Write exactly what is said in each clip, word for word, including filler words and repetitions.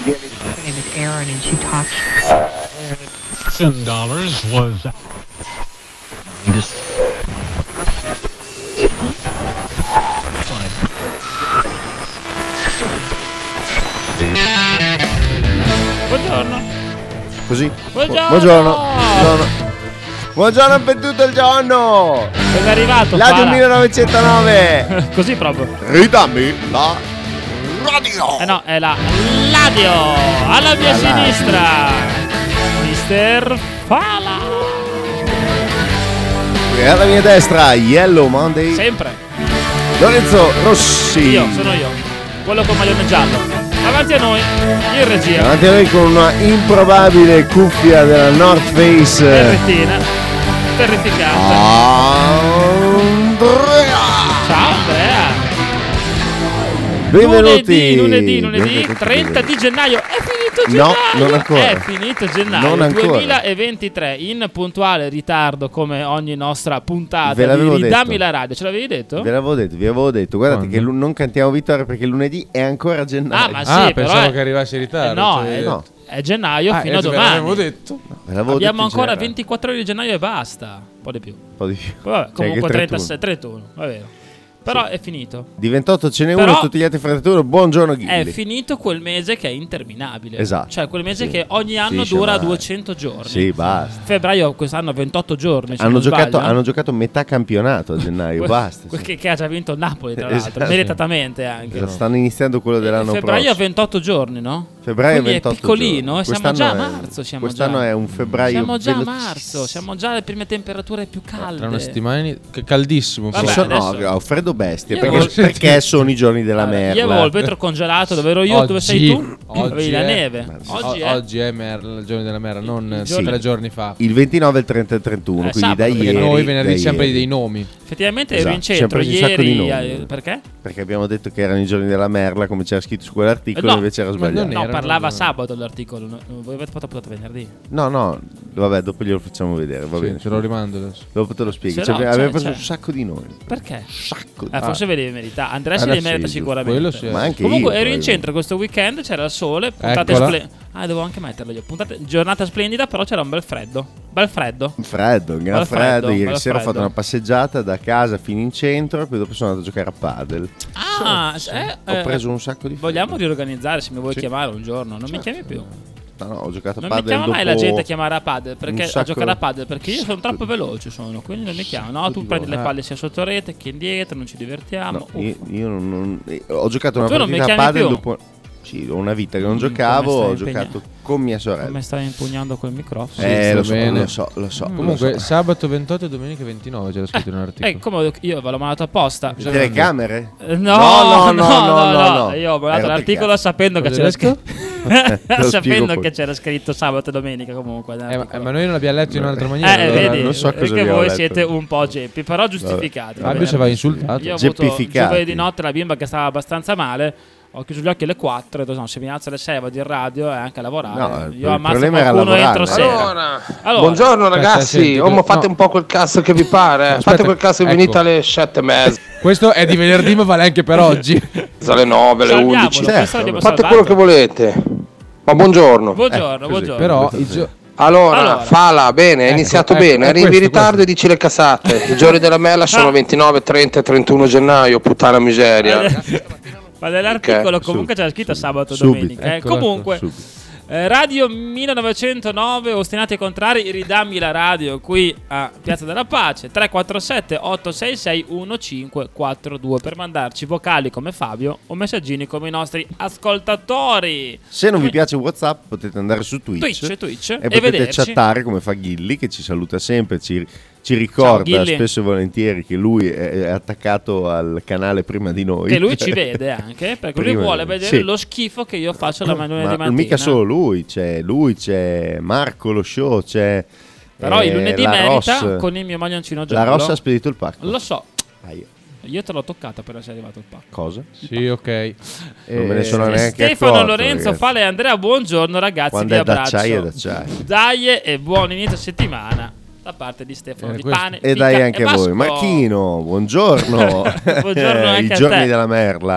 name is Erin and she talks. Ten dollars was. Buongiorno. Così? Buongiorno. Buongiorno. Buongiorno. Buongiorno per tutto il giorno. Sei arrivato. La millenovecentonove. Così proprio. Ridammi la radio. Eh no, è la radio. Alla mia La sinistra mister Fala. E alla mia destra Yellow Monday. Sempre. Lorenzo Rossi. Io, sono io. Quello con maglione giallo. Avanti a noi, in regia. Davanti a noi con una improbabile cuffia della North Face. Berrettina. Terrificante. Andrea. Ciao Andrea. Benvenuti. Lunedì, lunedì, lunedì Benvenuti. trenta di gennaio. È finito gennaio. No, non ancora. È finito gennaio Non ancora. duemilaventitré. In puntuale ritardo come ogni nostra puntata. Ve l'avevo di Ridammi detto. la radio. Ce l'avevi detto? Ve l'avevo detto, vi avevo detto. Guardate Quando? che lu- non cantiamo vittoria perché lunedì è ancora gennaio. Ah, ma sì, Ah, però pensavo è- che arrivasse in ritardo. eh, no, cioè- è, no. è gennaio Ah, fino a eh, ve domani. l'avevo detto. Ve l'avevo Abbiamo detto in ancora generale. ventiquattro ore di gennaio e basta. Un po' di più. Un po' di più. Poi vabbè, C'è comunque anche trentasei, trentuno, va vero. Però è finito. Di ventotto ce n'è Però- uno, tutti gli altri fratelli. Buongiorno Ghilli. È finito quel mese che è interminabile. Esatto. Cioè quel mese Sì. che ogni anno Finisce dura mai. duecento giorni. Sì, basta. Febbraio quest'anno ha ventotto giorni. se Hanno non giocato, sbaglio. hanno giocato metà campionato a gennaio, Que- basta. que- sì. Che, che ha già vinto il Napoli, tra l'altro. Esatto. Meritatamente anche. Esatto, stanno iniziando quello dell'anno Febbraio ha prossimo. ventotto giorni, no? Febbraio Quindi ventotto è piccolino, giorni. e siamo già a Quest'anno è- marzo. Siamo quest'anno già. è un febbraio Siamo già a velocissimo. marzo, siamo già alle prime temperature più calde. Tra una settimana che caldissimo. Vabbè, Ci però. sono, adesso- no, ho freddo bestia. Io Perché, volevo- perché sono i giorni della Allora, merda. Io avevo il vetro congelato dove ero io, dove sei tu? Avevi la è- neve. Ma sì. Oggi O- è oggi è merda, il giorno della merda, non Il eh, giorno- tre giorni fa. Il ventinove, il trenta e il trentuno. Eh, quindi sabato, da perché ieri. Perché noi da venerdì sempre ieri. dei nomi. effettivamente Esatto, ero in ci hanno centro preso un sacco di ieri. nomi. eh, Perché? Perché abbiamo detto che erano i giorni della merda, come c'era scritto su quell'articolo, Eh, no, invece era ma sbagliato. non No, erano- parlava no. sabato l'articolo. no, Voi avete fatto portato venerdì. No, no, vabbè, dopo glielo facciamo vedere. Va Sì, bene. ce lo rimando adesso. Dopo te lo spieghi. Se Cioè, no, abbiamo c'è- preso c'è. un sacco di noi. Perché? Sacco di Eh, forse ve li merita. Andrea se Ah, li sì, merita giusto. sicuramente. Quello sì. Ma anche Comunque io, ero in poi. centro questo weekend, c'era il sole, puntate Eccola. splendide. Ah, devo anche metterlo io. Puntate, giornata splendida, però c'era un bel freddo. Bel freddo. Freddo, un gran Bel freddo. freddo, Ieri bel sera ho fatto freddo. una passeggiata da casa fino in centro e poi dopo sono andato a giocare a padel. Ah, eh, Ho eh, preso un sacco di Vogliamo freddo. riorganizzare se mi vuoi Sì. chiamare un giorno. Non mi chiami più. No, no, ho giocato a Non mi padel chiama mai dopo la gente a chiamare a padel perché un a sacco- giocare a padel perché io sono sacco troppo di- veloce sono, quindi non mi chiamo. No, tu di prendi le gol. palle sia sotto rete che indietro, non ci divertiamo. No, Uff. io, io non, non- eh, ho giocato una Tu non mi partita a chiami padel più? dopo. Sì, ho una vita che non Mm, giocavo, come ho stai giocato con mia sorella. Come stai impugnando quel microfono? Eh, sta lo so, bene. lo so, lo so. Comunque, lo so. sabato ventotto e domenica ventinove c'era scritto in un articolo. Eh, come io ve l'ho mandato apposta. Le telecamere? Eh, No, no, no, no, no. Io ho mandato Ero l'articolo peccato. sapendo che Cosa c'era hai detto? scritto. Te lo spiego sapendo poi. che c'era scritto sabato e domenica comunque. Eh, ma, nell'articolo. eh, ma noi non l'abbiamo letto in un'altra maniera. Eh, allora- vedi, non so cosa perché abbiamo voi letto. siete un po' geppi, però giustificati. va Fabio bene? si va insultato. Io ho avuto Geppificati. giovedì notte la bimba che stava abbastanza male. Ho chiuso gli occhi alle quattro. Ho detto, no, se mi alzo alle sei vado in radio e anche a lavorare. No, il Io ammazzo problema era qualcuno lavorare. entro sera. Allora, Allora, buongiorno aspetta, ragazzi, senti, oh, ma fate no. un po' quel cazzo che vi pare, Aspetta, fate quel cazzo che ecco. venite alle sette e mezza, Questo è di venerdì, ma vale anche per oggi. alle nove, alle salviamolo, undici, Certo. questo l'abbiamo fate salvato. quello che volete, ma buongiorno. Buongiorno, Eh, così. buongiorno. Però i gio- Allora, Allora. fala, bene, è Ecco, iniziato ecco, bene, è arrivi in questo, ritardo questo. e dici le cassate, i giorni della mela sono Ah. ventinove, trenta e trentuno gennaio, puttana miseria. Ma nell'articolo Ok, comunque c'era scritto sabato e Subito. domenica. eh. Eccolo, Comunque, Subito. eh, Radio millenovecentonove, ostinati ai contrari, ridammi la radio qui a Piazza della Pace. Tre quattro sette otto sei sei uno cinque quattro due per mandarci vocali come Fabio o messaggini come i nostri ascoltatori. Se non vi piace WhatsApp potete andare su Twitch, Twitch, Twitch, e e potete vederci. chattare come fa Ghilli, che ci saluta sempre, ci, ci ricorda Ghilli. spesso e volentieri che lui è è attaccato al canale prima di noi. Che lui ci vede anche, perché lui Prima vuole di- vedere sì. lo schifo che io faccio alla manuale di Ma mattina. mica solo lui, c'è lui, c'è Marco lo show, c'è Però eh, il lunedì la merita Ross. con il mio maglioncino La giallo. Rossa ha spedito il pacco. Lo so, Aia. io te l'ho toccata appena sei arrivato il pacco. Cosa? Sì, ok. Non me ne sono neanche Stefano, accorto, Lorenzo, ragazzi. Fale e Andrea, buongiorno ragazzi, Quando vi è abbraccio. d'acciaio è d'acciaio. Dai e buon inizio settimana da parte di Stefano Eh, di questo- Pane. E Fica dai anche a voi. Vasco. Marchino, buongiorno. Buongiorno I anche a giorni te. della merla.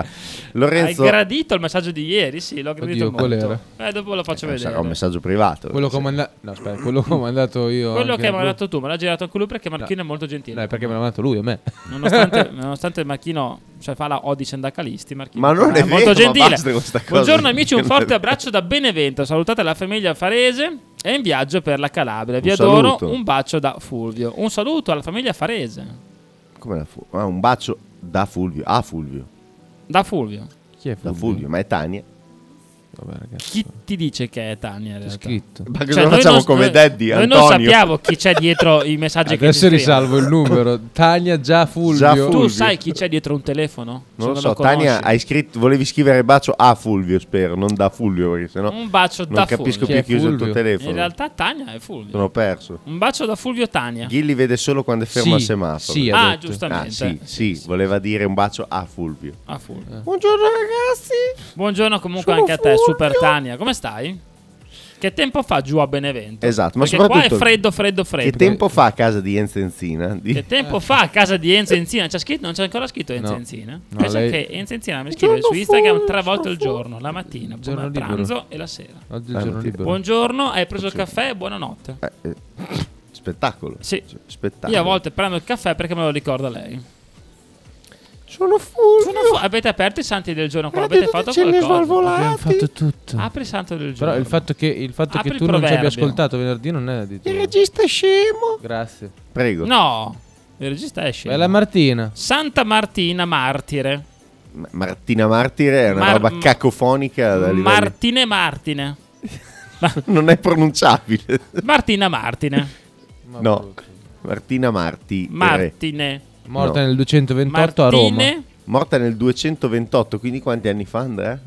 Lorenzo, hai gradito il messaggio di ieri? Sì, l'ho gradito Oddio, qual molto. era? Eh, dopo lo faccio eh, vedere. sarà un messaggio privato. Quello che ho Sì. mandato. No, aspetta, quello che ho mandato io. Quello anche che a mi ha lui. mandato tu, me l'ha girato anche lui perché Marchino è molto gentile. No, perché me l'ha mandato lui a me. Nonostante, nonostante Marchino cioè, fa la odi sindacalisti, Marchino Ma non è molto vero, ma gentile. basta questa cosa. Buongiorno amici, un Non è forte vero. abbraccio da Benevento. Salutate la famiglia Farese e in viaggio per la Calabria. Vi Un adoro. saluto. Un bacio da Fulvio. Un saluto alla famiglia Farese. Come la fu- ah, un bacio da Fulvio. A Fulvio. Da Fulvio. Chi è Da Fulvio, ma è Tania. Vabbè, ragazzi. Chi ti dice che è Tania in C'è realtà? scritto. Ma cosa Cioè, noi facciamo non- come noi- Daddy? Noi Antonio? non sappiamo chi c'è dietro i messaggi che Adesso ci scrivono. risalvo il numero. Tania già Fulvio. Già Fulvio. Tu sai chi c'è dietro un telefono? Non lo Se so, conosci. Tania, hai scritto, volevi scrivere bacio a Fulvio, spero, non da Fulvio, perché sennò Un bacio non da capisco Fulvio. Chi più è chi usa il tuo Fulvio? telefono. In realtà Tania è Fulvio. Sono perso. Un bacio da Fulvio Tania. Gilli vede solo quando è fermo Sì, al semaforo. sì, ha Ah, detto. giustamente. Ah, sì, sì, voleva dire un bacio a Fulvio. Ah, Fulvio. Buongiorno ragazzi. Buongiorno comunque Sono anche a te, Fulvio. Super Tania. Come stai? Che tempo fa giù a Benevento? Esatto, ma Perché qua è soprattutto freddo, freddo, freddo. Che tempo fa a casa di Enzo Enzina? Di- Che tempo fa a casa di Enzo Enzina? C'è scritto, non c'è ancora scritto Enzo No. Enzina? No, Pensa lei- che Enzo Enzina mi scrive su Instagram tre volte al giorno, la mattina, poi Giorno a libero. pranzo e la sera. Oggi è Ah, il giorno sì. libero. Buongiorno, hai preso il caffè? Buonanotte. Eh, eh, spettacolo. Sì. Cioè, spettacolo. Io a volte prendo il caffè perché me lo ricorda lei. Sono Fulvio. Sono fu- avete aperto i santi del giorno qua? Avete fatto qualcosa? Abbiamo fatto tutto. Apri il santo del giorno. Però il fatto che, il fatto Apri che il tu non ci abbia proverbio. ascoltato venerdì non è di tu. regista scemo. Grazie. Prego. No, il regista è scemo. Bella Martina. Santa Martina Martire. Ma- Martina Martire è una Mar- roba cacofonica da livelli- Martine Martine. non è pronunciabile. Martina Martine. No. Martina Marti. Martine. Morta No. nel duecentoventotto a Roma. Martine. Morta nel duecentoventotto, quindi quanti anni fa, Andrea?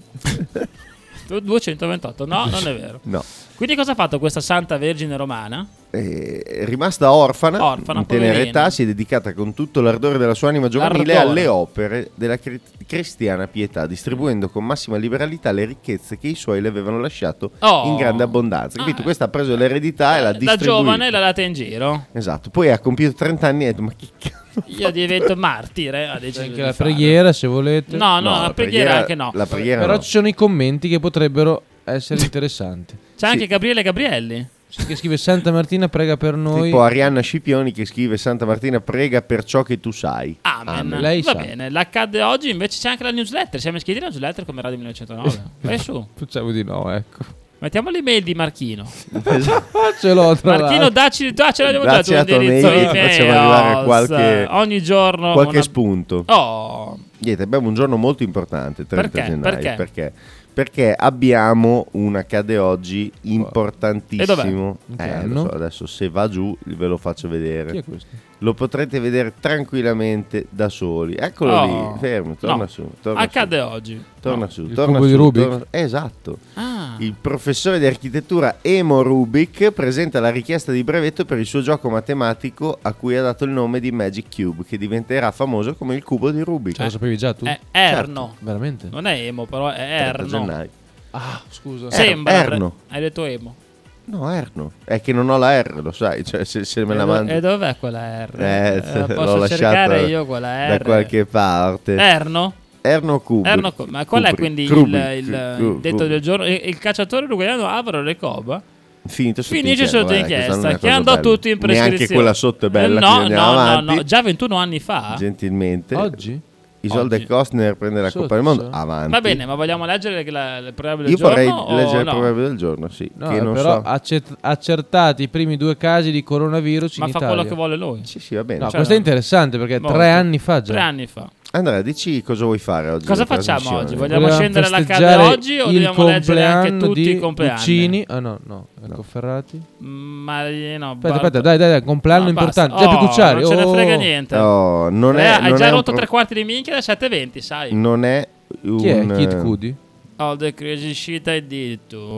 duecentoventotto. No, non è vero. No. Quindi cosa ha fatto questa Santa Vergine Romana? Eh, È rimasta orfana, Orfana, in tenera poverina. età, si è dedicata con tutto l'ardore della sua anima giovanile L'ardore. alle opere della cri- cristiana pietà, distribuendo con massima liberalità le ricchezze che i suoi le avevano lasciato Oh. in grande abbondanza. Capito? Ah. Questa ha preso l'eredità e l'ha Da distribuita. giovane l'ha data in giro. Esatto, poi ha compiuto trenta anni e ha detto, ma che cazzo? Io divento martire. Ha C'è deciso anche di la farlo. preghiera se volete. No, no, la, preghiera, anche no. La preghiera Però no. ci sono i commenti che potrebbero essere interessanti. C'è anche Gabriele Gabrielli. C'è che scrive Santa Martina prega per noi. Tipo Arianna Scipioni che scrive Santa Martina prega per ciò che tu sai. Amen. Amen. Lei Va sa. bene. L'accade oggi invece c'è anche la newsletter. Siamo iscritti alla newsletter come Radio millenovecentonove. Vai su. Facciamo di no, ecco. Mettiamo l'email di Marchino. Esatto. Ah, ce l'ho tra Marchino, l'altro. dacci, ah, ce l'abbiamo Dacci dato la tua l'indirizzo mail, ti email. facciamo arrivare qualche- ogni giorno Qualche una- spunto. Oh, Niente, abbiamo un giorno molto importante, trenta Perché? gennaio. Perché? Perché? Perché abbiamo un accade oggi importantissimo. In che Eh, anno? lo so, adesso se va giù ve lo faccio vedere. Chi è questo? Lo potrete vedere tranquillamente da soli. Eccolo Oh. lì, fermo, torna No. su. Torna accade su, oggi. Torna No. su, Il torna cubo su. di Rubik? torna- Esatto. Ah. Il professore di architettura Emo Rubik presenta la richiesta di brevetto per il suo gioco matematico a cui ha dato il nome di Magic Cube, che diventerà famoso come il cubo di Rubik. Cioè, lo sapevi già tu? È Erno. Veramente? Non è Emo, però è trenta Erno. gennaio. Ah, scusa. Eh, Sembra. Erno. Hai detto Emo. No, Erno. È che non ho la R, lo sai, cioè se, se me la E do- mandi E dov'è quella R? Eh, Eh, l'ho posso lasciata cercare io quella R. da qualche parte. Erno? Erno Cubo. Erno co- ma qual è Kubrick, quindi il, Kubrick, il- il Kubrick. detto del giorno? Il, il cacciatore uruguaiano Alvaro Recoba Finito sotto finisce inchiesta, sotto guarda, questa non è inchiesta una che cosa andò bella. tutti in prescrizione. Neanche quella sotto è bella, Eh, quindi no, andiamo no, no, avanti. no, già ventuno anni fa. Gentilmente. Oggi? Isolde Oggi. Costner prende la Sotto. Coppa del Mondo. Avanti. Va bene, ma vogliamo leggere la- il proverbio del Io giorno? vorrei o leggere il no? proverbio del giorno, sì. No, che non però so. accert- accertati i primi due casi di coronavirus Ma in fa Italia. quello che vuole lui. Sì, sì, va bene. No, Cioè, questo è interessante perché molto. tre anni fa già. Tre anni fa. Andrea, dici cosa vuoi fare oggi? Cosa nella facciamo trasmissione? oggi? Vogliamo Volevamo scendere alla festeggiare Cade oggi o il dobbiamo leggere anche compleanno tutti di i compleanni? Guccini? Ah no, no, ecco Ferrati. Ma eh, no, Aspetta, Barto- aspetta, dai, dai, dai, compleanno No, importante. basta. Già più Oh, Cucciari. non ce ne oh. frega niente. Oh, non è, Eh, hai non già è un rotto pro- tre quarti di minchia alle sette e venti, sai? Non è un... Chi è? Kid Cudi? All the crazy shit I did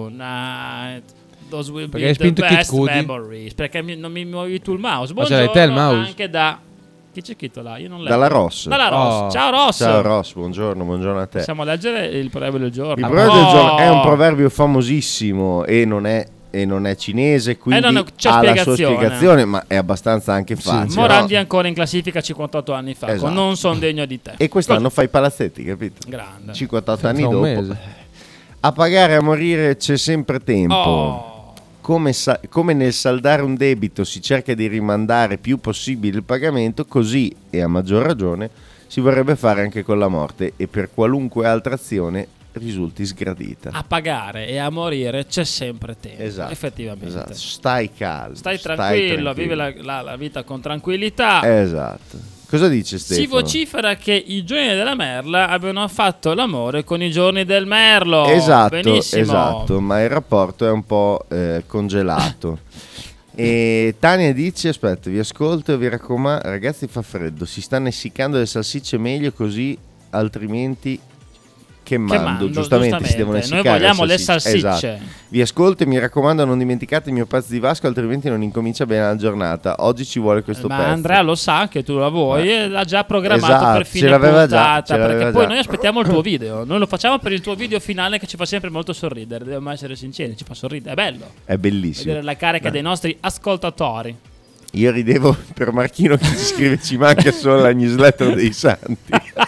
tonight. Those will Perché be hai the spinto Kid best Cudi? memories. Perché mi- non mi muovi tu il mouse. Ma ce l'hai te il Buongiorno mouse? anche da... Chi c'è scritto là? Io non leggo. Dalla Ross. Dalla Ross. Oh. Ciao Ross. Ciao Ross, buongiorno, buongiorno a te. Possiamo leggere il proverbio del giorno. Il Oh. proverbio del giorno è un proverbio famosissimo e non è e non è cinese, quindi Eh, non c'è ha la sua spiegazione. spiegazione, ma è abbastanza anche facile. Morandi no? ancora in classifica cinquantotto anni fa, Esatto. con Non son degno di te. E quest'anno fa i palazzetti, capito? Grande. cinquantotto anni Tra un dopo. mese. A pagare e a morire c'è sempre tempo. Oh. Come, sa- come nel saldare un debito si cerca di rimandare più possibile il pagamento, così, e a maggior ragione, si vorrebbe fare anche con la morte e per qualunque altra azione risulti sgradita. A pagare e a morire c'è sempre tempo. Esatto, Effettivamente. esatto. Stai calmo. Stai tranquillo, vivi la, la- la vita con tranquillità. Esatto. Cosa dice Stefano? Si vocifera che i giorni della merla abbiano fatto l'amore con i giorni del merlo. Esatto, Benissimo. esatto, ma il rapporto è un po' eh, congelato. E Tania dice: aspetta, vi ascolto e vi raccomando, ragazzi, fa freddo, si stanno essiccando le salsicce, meglio così, altrimenti che mando, mando, giustamente, si giustamente. devono Noi essiccare vogliamo le salsicce. Esatto. Vi ascolto e mi raccomando, non dimenticate il mio pezzo di Vasco, altrimenti non incomincia bene la giornata. Oggi ci vuole questo Ma pezzo. Andrea lo sa che tu la vuoi e l'ha già programmato Esatto, per ce fine l'aveva già, puntata. ce l'aveva Perché poi già. noi aspettiamo il tuo video. Noi lo facciamo per il tuo video finale che ci fa sempre molto sorridere. Dobbiamo essere sinceri, ci fa sorridere. È bello È bellissimo. vedere la carica Dai. dei nostri ascoltatori. Io ridevo per Marchino che ci scrive: ci manca solo la newsletter dei santi.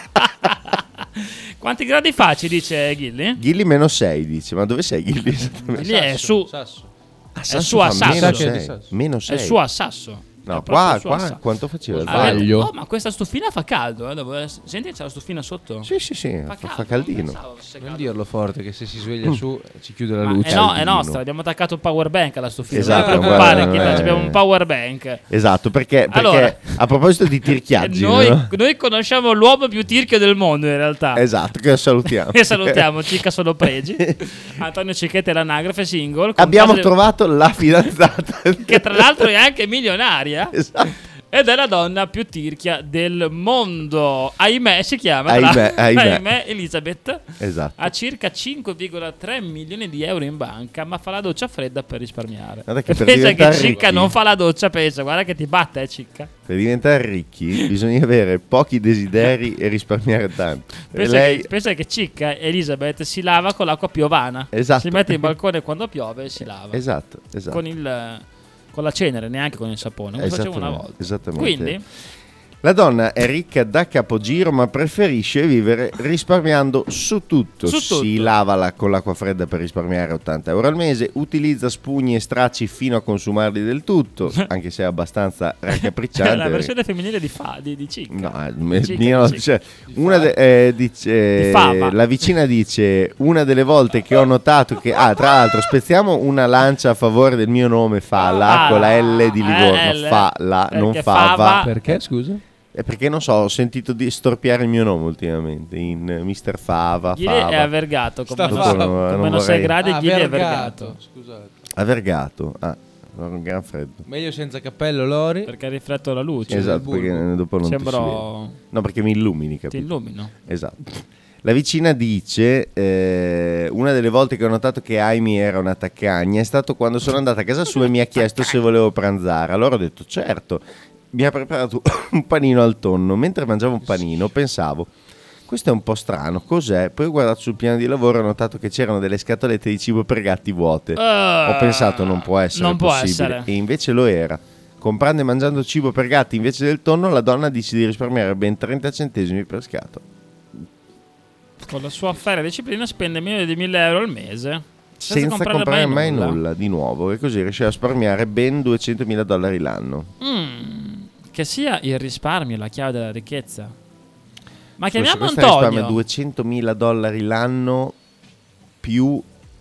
Quanti gradi fa, ci dice Ghilli? Ghilli meno sei dice, ma dove sei Ghilli esattamente? Ghilli è su, Sasso. Ah, è su a fa meno Sasso. sei. Meno È sei. su a Sasso. No, È proprio qua, su a qua Sasso. quanto faceva il Ah, sbaglio? Sbaglio. oh, ma questa stufina fa caldo, eh? Devo- Senti che c'è la stufina sotto? Sì, sì, sì, fa, caldo, fa caldino. pensavo fosse Non caldo. dirlo forte che se si sveglia su ci chiude la Ma luce. è, no, è Caldino. nostra, abbiamo attaccato un power bank alla stufina. Esatto, non ti preoccupare, guarda, Ghilli, eh. abbiamo un power bank. Esatto, perché, perché Allora, a proposito di tirchiaggi, noi, no? noi conosciamo l'uomo più tirchio del mondo in realtà. Esatto, che salutiamo. E salutiamo, Cicca sono pregi. Antonio Cicchetti è l'anagrafe single. con Abbiamo case- trovato la fidanzata. Che tra l'altro è anche milionaria. Esatto. Ed è la donna più tirchia del mondo. Ahimè si chiama. tra Ahimè, l'altro. ahimè. Ahimè, Elisabeth. Esatto. Ha circa cinque virgola tre milioni di euro in banca, ma fa la doccia fredda per risparmiare. Guarda che E per pensa che diventare Cicca ricchi- non fa la doccia, pensa, guarda che ti batte, eh, Cicca. Per diventare ricchi bisogna avere pochi desideri e risparmiare tanto. E Pensa, lei che, pensa che Cicca, Elisabeth, si lava con l'acqua piovana. Esatto. Si mette in balcone quando piove e si lava. Esatto, esatto. Con, il, con la cenere, neanche con il sapone, come facevo una Esattamente, volta. esattamente. Quindi, La donna è ricca da capogiro, ma preferisce vivere risparmiando su tutto. Su tutto. Si lava la- con l'acqua fredda per risparmiare ottanta euro al mese, utilizza spugni e stracci fino a consumarli del tutto, anche se è abbastanza è raccapricciante. la versione femminile di, fa, di, di Cicca. No, eh, me- Cicca, mio- di Cicca. cioè, una de- eh, dice, Di fava. la vicina dice: una delle volte che ho notato che, ah, tra l'altro, spezziamo una lancia a favore del mio nome, Falla, Ah, con la L di Livorno, eh, L. Falla, non Perché Fava. fava- Perché, scusa? È perché non so, ho sentito di storpiare il mio nome ultimamente in eh, mister Fava, Ghili Fava. è avvergato con Sta meno, fa- con non meno sei vorrei- gradi. Ah, Ghili è vergato. avvergato Scusate. Avvergato. Ah, era un gran freddo. Meglio senza cappello, Lori. perché rifletto la luce. Esatto, bulbo. perché dopo non ti si vede. Sembro No, perché mi illumini, ti capito? illumino. Esatto. La vicina dice: eh, una delle volte che ho notato che Amy era una taccagna è stato quando sono andata a casa sua e mi ha chiesto se volevo pranzare. Allora ho detto certo. Mi ha preparato un panino al tonno. Mentre mangiavo un panino pensavo: questo è un po' strano, cos'è? Poi ho guardato sul piano di lavoro e ho notato che c'erano delle scatolette di cibo per gatti vuote. Ah, Ho pensato non può essere non può possibile. essere. E invece lo era. Comprando e mangiando cibo per gatti invece del tonno, la donna dice di risparmiare ben trenta centesimi per scatola. Con la sua feria disciplina spende meno di mille euro al mese. Senza, comprare, mai nulla. di nuovo, e così riesce a risparmiare ben duecentomila dollari l'anno. Mm, che sia il risparmio la chiave della ricchezza. Ma Forse chiamiamo questa risparmia Antonio. duecentomila dollari l'anno più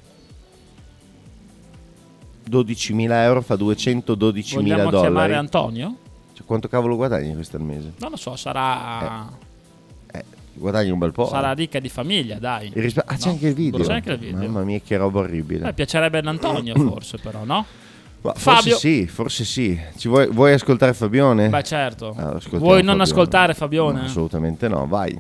dodicimila euro fa duecentododicimila Vogliamo dollari. chiamare Antonio? Cioè, quanto cavolo guadagni questo al mese? Non lo so, sarà Eh, guadagni un bel po'. sarà eh. ricca di famiglia, dai. Il rispa- ah, c'è No, anche il video. c'è anche il video. Mamma mia, che roba orribile. Eh, piacerebbe ad Antonio forse però, no? Ma forse Fabio. sì, forse sì. Ci vuoi, vuoi ascoltare Fabione? Beh, certo. Allora, ascoltiamo Vuoi non Fabione. ascoltare Fabione? No, assolutamente no, vai.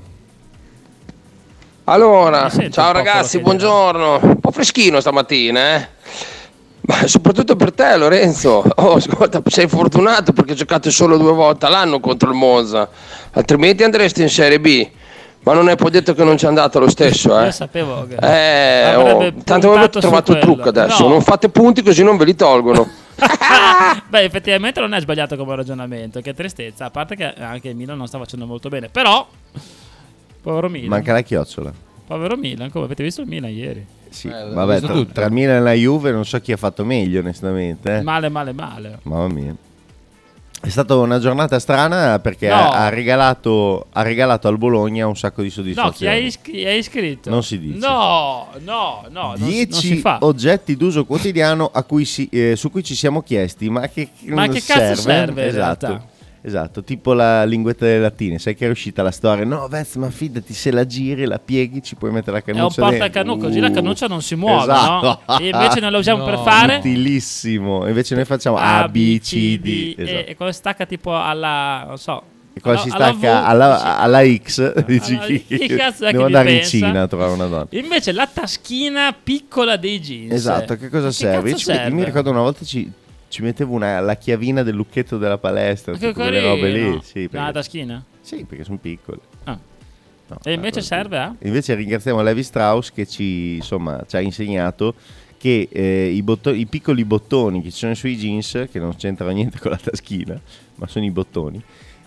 Allora, Mi sento ciao un po' ragazzi, quello che buongiorno. Un po' freschino stamattina, eh? Ma soprattutto per te, Lorenzo. Oh, ascolta, sei fortunato perché giocate solo due volte all'anno contro il Monza, altrimenti andresti in Serie B. Ma non è poi detto che non c'è andato lo stesso, eh? Io sapevo che Eh, oh, avrebbe tanto avete puntato su trovato il quello. trucco adesso. No. Non fate punti così non ve li tolgono. Beh, effettivamente non è sbagliato come ragionamento. Che tristezza. A parte che anche il Milan non sta facendo molto bene. Però, povero Milan. Manca la chiocciola. Povero Milan. Come avete visto il Milan ieri? Sì, Eh, l'ho vabbè, visto tra, tutto. tra il Milan e la Juve non so chi ha fatto meglio, onestamente. eh. Male, male, male. Mamma mia. È stata una giornata strana perché No. ha, ha regalato, ha regalato al Bologna un sacco di No, chi soddisfazione. hai, iscri- hai iscritto? Non si dice. No, no, no. non si- non si dieci fa. oggetti d'uso quotidiano a cui si- eh, su cui ci siamo chiesti ma che, Ma che cazzo serve in esatto, realtà? esatto, tipo la linguetta delle lattine. Sai che è uscita la storia? No Vez, ma fidati, se la giri, la pieghi, ci puoi mettere la È un cannuccia portacannu, dentro. così la cannuccia non si muove, Esatto. no? E invece noi la usiamo No. per fare Utilissimo. Invece noi facciamo A, B, C, D. e, Esatto. e quando stacca tipo alla, non so, E quando si alla- alla stacca V, alla, dici- alla X, dici alla- che chi cazzo è che devo vi andare in pensa? Cina a trovare una donna. Invece la taschina piccola dei jeans. Esatto, che cosa Ma serve? cazzo Ci met- serve? Mi ricordo una volta ci, ci mettevo una, la chiavina del lucchetto della palestra, Ma che tipo quelle robe lì. carino. Sì, Una perché, taschina? sì, perché sono piccole. Ah. No, E invece ecco, serve a? Invece ringraziamo Levi Strauss che ci, insomma, ci ha insegnato che eh, i, botto- i piccoli bottoni che ci sono sui jeans, che non c'entrano niente con la taschina, ma sono i bottoni,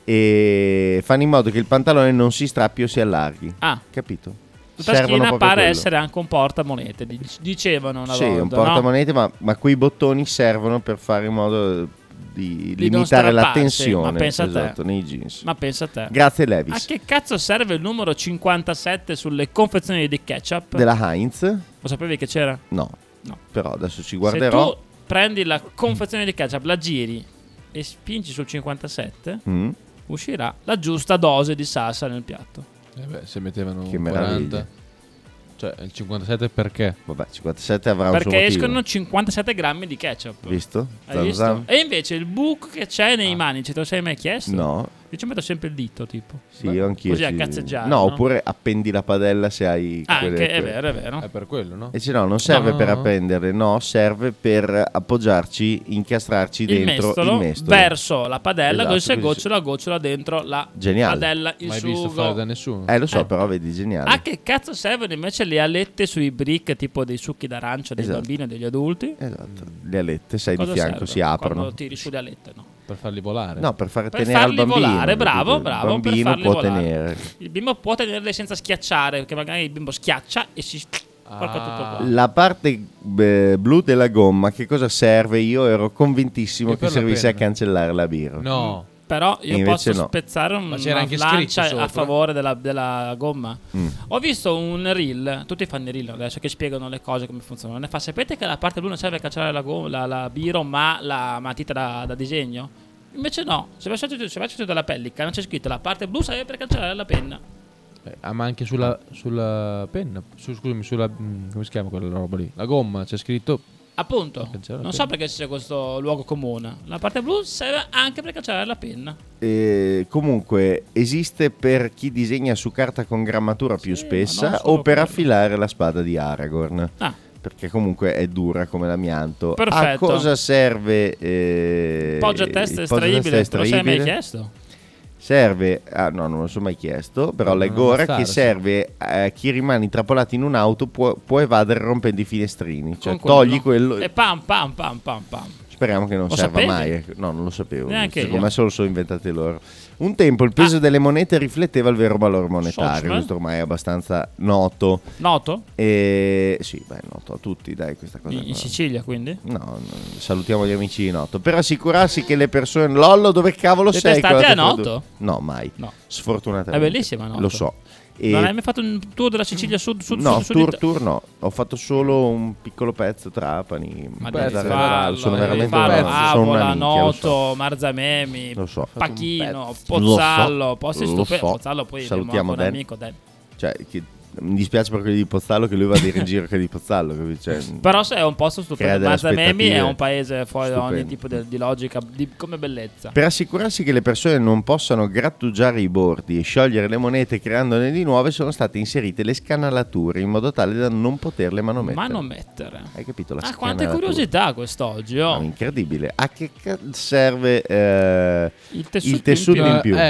e fanno in modo che il pantalone non si strappi o si allarghi. Ah, Capito? la Servono taschina proprio pare quello. essere anche un portamonete, dic- dicevano una Sì, volta, un no? portamonete, ma, ma quei bottoni servono per fare in modo di, Di non limitare la strapparsi, tensione, ma pensa a te. esatto, nei jeans. Ma pensa a te. Grazie A Levis. che cazzo serve il numero cinquantasette sulle confezioni di ketchup? Della Heinz? Lo sapevi che c'era? No. No. Però adesso ci Se guarderò. tu prendi la confezione di ketchup, la giri e spingi sul cinquantasette, Mm, uscirà la giusta dose di salsa nel piatto. Eh beh, se mettevano Che un meraviglia. quaranta. Cioè, il cinquantasette perché? Vabbè, cinquantasette avrà un suo Perché motivo. escono cinquantasette grammi di ketchup. Visto? Hai Zam visto? zam. E invece il buco che c'è nei manici, te lo sei mai chiesto? No. Io ci metto sempre il dito, tipo. Sì, io anch'io. Così a ci- cazzeggiare, No, no? oppure appendi la padella se hai Ah, quelle- anche, è quelle- vero, è vero. È per quello, no? E se no, non serve No. per appenderle, no, serve per appoggiarci, incastrarci Il dentro mestolo, il mestolo. verso la padella, Esatto, così così gocciola a gocciola dentro la Geniale. padella, il Mai visto sugo. fare da nessuno. Eh, lo so, Eh. però vedi, geniale. A che cazzo servono invece le alette sui brick, tipo dei succhi d'arancia dei Esatto. bambini e degli adulti? Esatto, le alette, sai, Cosa di fianco serve si aprono. quando tiri su le alette, no? Per farli volare. No, per fare Per tenere farli al bambino. volare, bravo, capito? bravo, Il per bambino farli può volare. tenere. Il bimbo può tenerle senza schiacciare, perché magari il bimbo schiaccia e si porca tutto qua. La parte beh, blu della gomma, che cosa serve? Io ero convintissimo E che per la servisse a penna. cancellare la birra. No. Però E io invece posso no. spezzare un- Ma c'era una anche lancia scritto a sopra. favore della, della gomma. Mm. Ho visto un reel, tutti fanno i reel adesso che spiegano le cose come funzionano. Ne fa, sapete che la parte blu non serve a cancellare la, gomma, la, la biro, ma la matita da, da disegno? Invece no, se vai sotto dalla pellica non c'è scritto la parte blu serve per cancellare la penna. Eh, ah, ma anche sulla, sulla penna. Su, scusami, sulla. mm, come si chiama quella roba lì? La gomma, c'è scritto. Appunto, Cancellare non la so penna. perché c'è questo luogo comune. La parte blu serve anche per cancellare la penna. E comunque esiste per chi disegna su carta con grammatura più Sì, ma spessa non solo o per quello. affilare la spada di Aragorn. Ah, Perché comunque è dura come l'amianto. Perfetto. A cosa serve eh, poggia testa il poggiatesta estraibile, te lo sei mai estraibile? chiesto? Serve, ah no, non lo so mai chiesto, però Per leggo non ora che ammazzarsi. serve a chi rimane intrappolato in un'auto può, può evadere rompendo i finestrini, cioè Con togli quello. E pam pam pam pam pam. Speriamo che non Lo serva sapevi? mai. ecco. No, non lo sapevo. Neanche Secondo io. me se lo sono inventate loro. Un tempo il peso Ah. delle monete rifletteva il vero valore monetario. Socio, eh? Questo ormai è abbastanza noto. Noto? E sì, beh, noto a tutti, dai, questa cosa. In, in qua. Sicilia quindi? No, no, salutiamo gli amici di Noto. Per assicurarsi che le persone. Lollo, dove cavolo Siete sei? stati Cosa a ti fa- Noto? No, mai. No. Sfortunatamente. È bellissima Noto. Lo so. E- Non hai mai fatto un tour della Sicilia sud sud no, sud, sud tour, Ita- tour no. Ho fatto solo un piccolo pezzo Trapani. Ma Beh, devi Zare farlo, Valle, sono devi veramente farlo. un pezzo, sono una Avola, minchia, lo so. Noto, Marzamemi, Lo so. Pachino, Lo so. Pozzallo, posti Lo stupendi. so. Pozzallo poi Salutiamo abbiamo anche un Dan. amico Dan. Cioè, che- mi dispiace per quelli di Pozzallo che lui va a dire in giro che è di Pozzallo. capito? Cioè, Però se è un posto Crea stupendo. delle Marzamemi è aspettative un paese fuori da ogni stupende. tipo di, di logica, di, come bellezza. Per assicurarsi che le persone non possano grattugiare i bordi e sciogliere le monete creandone di nuove, sono state inserite le scanalature in modo tale da non poterle manomettere. Manomettere. Hai capito la Ah, quante scanalatura? curiosità quest'oggi, oh. No, incredibile. A che cazzo serve eh, Il tessuto, il tessuto in più. in più? Eh,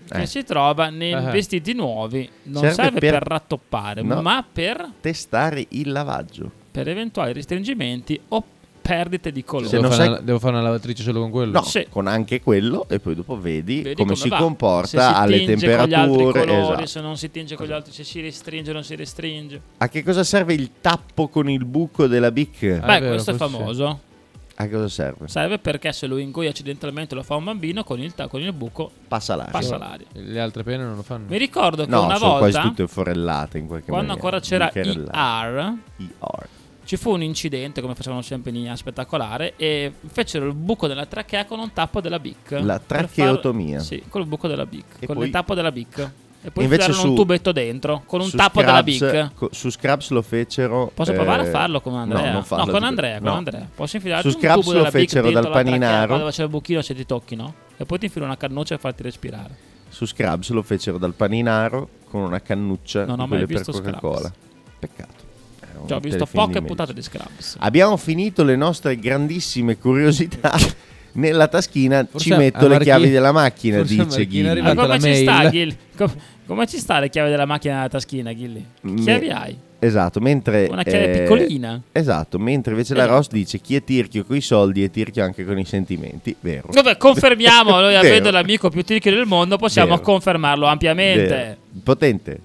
che Eh. si trova nei Eh. vestiti nuovi. Non Serve serve per- per, rattoppare, No. ma per, Testare il lavaggio. per eventuali restringimenti o perdite di colore. Se Devo, non fare sai- una, devo fare una lavatrice solo con quello? No, Sì. con anche quello e poi dopo vedi, Vedi come, si va. comporta Se si alle tinge con gli altri temperature. colori, Esatto. se non si tinge con gli altri, se si restringe o non si restringe. A che cosa serve il tappo con il buco della Bic? Ah, Beh, è vero, questo è questo sì. famoso. A cosa serve? Serve perché se lo ingoia accidentalmente lo fa un bambino, con il, ta- con il buco Passa l'aria. passa l'aria. Le altre penne non lo fanno. Mi ricordo che No, una sono quasi volta, tutte forellate in qualche quando maniera. ancora c'era Bicherellate. I R, I R. ci fu un incidente, come facevano sempre in Nia, spettacolare, e fecero il buco della trachea con un tappo della Bic. La Per tracheotomia. far- Sì, con il buco della Bic, E con poi- il tappo della Bic. E poi Invece infilarono un su- tubetto dentro, con un Su tappo della Scrubs- Bic. co- su Scrubs lo fecero. Posso eh, provare a farlo con Andrea? No, non farlo, con tipo- Andrea, con no. Andrea. Posso infilare Su un Scrubs tubo lo della Bic fecero dentro dal la trachea, paninaro. quando c'è il buchino se ti tocchi, no? E poi ti infilo una cannuccia e farti respirare. Su Scrubs lo fecero dal paninaro con una cannuccia Non di ho mai quelle per visto Scrubs. Coca-Cola. Peccato. Era un Già ho visto telefilm poche di puntate merito. di Scrubs. Abbiamo finito le nostre grandissime curiosità. Nella taschina Forse ci a metto le Marchi- chiavi della macchina, forse a dice Marchina Ghilli. è Ma arrivata come la ci mail. sta, Gil? Com- come ci sta le chiavi della macchina nella taschina, Gilly? Che Me- chiavi hai? Esatto, mentre Una chiave eh, piccolina. Esatto, mentre invece la Esatto. Ross dice chi è tirchio con i soldi è tirchio anche con i sentimenti, vero? Vabbè, confermiamo, noi Vero. avendo l'amico più tirchio del mondo possiamo Vero. confermarlo ampiamente. Vero. Potente.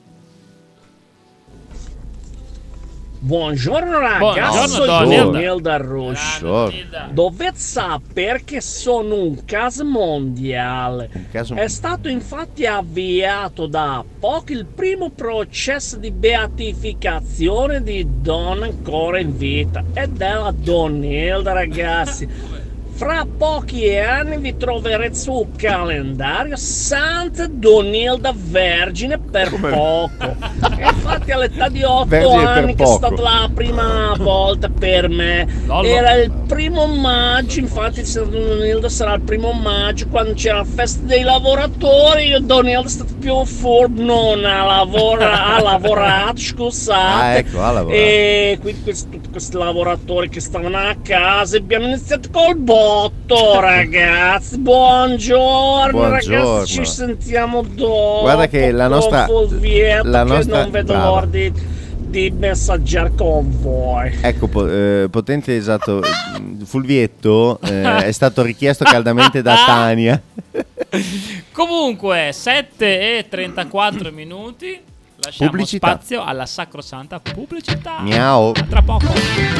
Buongiorno Buongiorno, ragazzi, Donald. sono Nilda Rush. Sure. Dovete sapere che sono un caso mondiale. Un caso È stato infatti avviato da poco il primo processo di beatificazione di donna ancora in vita e della Donilda, ragazzi. Fra pochi anni vi troverete sul calendario Santa Donilda Vergine per poco. E infatti all'età di otto Vergine per anni, che è poco. stata la prima volta per me, Lollo. era il primo maggio. Infatti Santa Donilda sarà il primo maggio, quando c'era la festa dei lavoratori. Io Donilda è stata più furbo, non ha, lavora, ha lavorato, scusate. Ah, ecco, ha lavorato. E quindi questi, tutti questi lavoratori che stavano a casa, abbiamo iniziato col botto, ragazzi. Buongiorno, Buongiorno. ragazzi, ci sentiamo dopo. Guarda che la nostra- con Fulvietto, la che nostra- non vedo brava. l'ora di, di messaggiare con voi. Ecco, po- eh, potente, esatto. Fulvietto eh, è stato richiesto caldamente da Tania. Comunque, sette e trentaquattro minuti. Lasciamo Pubblicità. spazio alla sacrosanta pubblicità. Miau. A tra poco.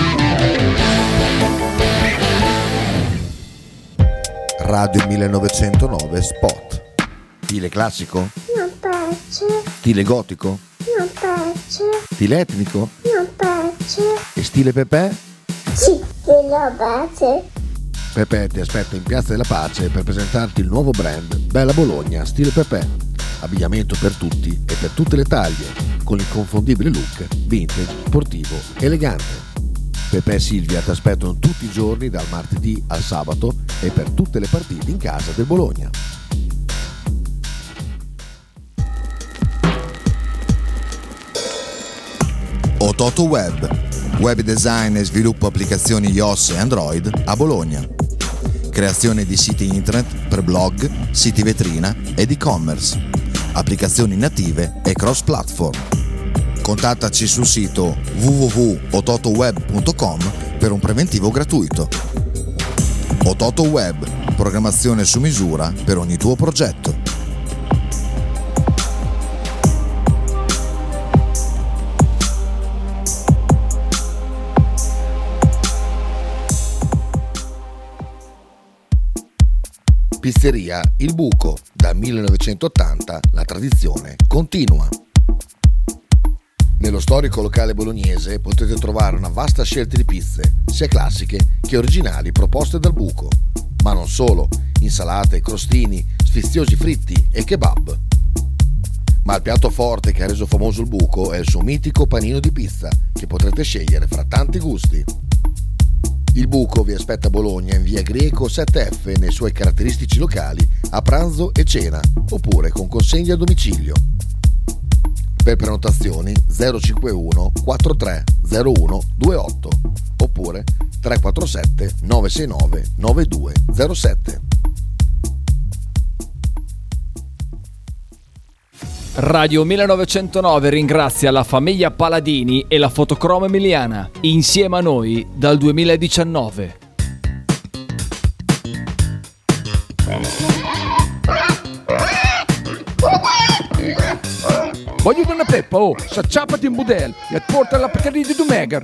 Radio millenovecentonove Spot. Stile classico? Non piace, Stile gotico? non piace, Stile etnico? non piace. E stile Pepe? Sì, quello piace. Pepe ti aspetta in Piazza della Pace per presentarti il nuovo brand Bella Bologna Stile Pepe. Abbigliamento per tutti e per tutte le taglie, con l'inconfondibile look vintage, sportivo, elegante. Pepe e Silvia ti aspettano tutti i giorni dal martedì al sabato e per tutte le partite in casa del Bologna. Ototo Web, web design e sviluppo applicazioni iOS e Android a Bologna. Creazione di siti internet per blog, siti vetrina ed e-commerce, applicazioni native e cross-platform. Contattaci sul sito w w w punto ototoweb punto com per un preventivo gratuito. Ototo Web, programmazione su misura per ogni tuo progetto. Pizzeria Il Buco, dal millenovecentottanta la tradizione continua. Nello storico locale bolognese potete trovare una vasta scelta di pizze, sia classiche che originali proposte dal Buco, ma non solo, insalate, crostini, sfiziosi fritti e kebab. Ma il piatto forte che ha reso famoso il Buco è il suo mitico panino di pizza, che potrete scegliere fra tanti gusti. Il Buco vi aspetta a Bologna in via Greco sette F nei suoi caratteristici locali a pranzo e cena, oppure con consegna a domicilio. Per prenotazioni zero cinquantuno quarantatré zero uno ventotto oppure tre quattro sette nove sei nove nove due zero sette. Radio millenovecentonove ringrazia la famiglia Paladini e la Fotocromo Emiliana, insieme a noi dal duemiladiciannove. Voglio una peppa, oh, s'acciappati in budel e porta la Pcaridi di Dumegar.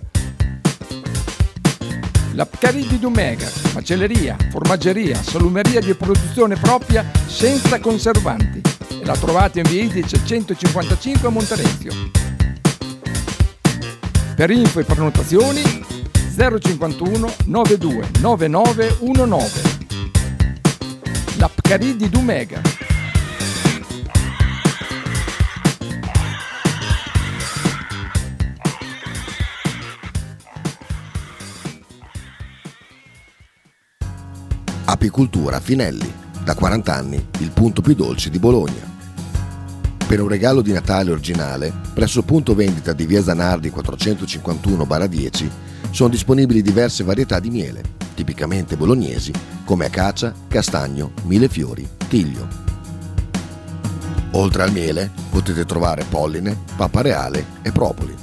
La Pcaridi di Dumegar, macelleria, formaggeria, salumeria di produzione propria senza conservanti. E la trovate in via Idice centocinquantacinque a Monterezio. Per info e prenotazioni zero cinquantuno novantadue novantanove diciannove. La Pcaridi di Dumegar. Apicoltura Finelli, da quaranta anni il punto più dolce di Bologna. Per un regalo di Natale originale, presso il punto vendita di via Zanardi quattrocentocinquantuno dieci sono disponibili diverse varietà di miele, tipicamente bolognesi, come acacia, castagno, millefiori, tiglio. Oltre al miele potete trovare polline, pappa reale e propoli.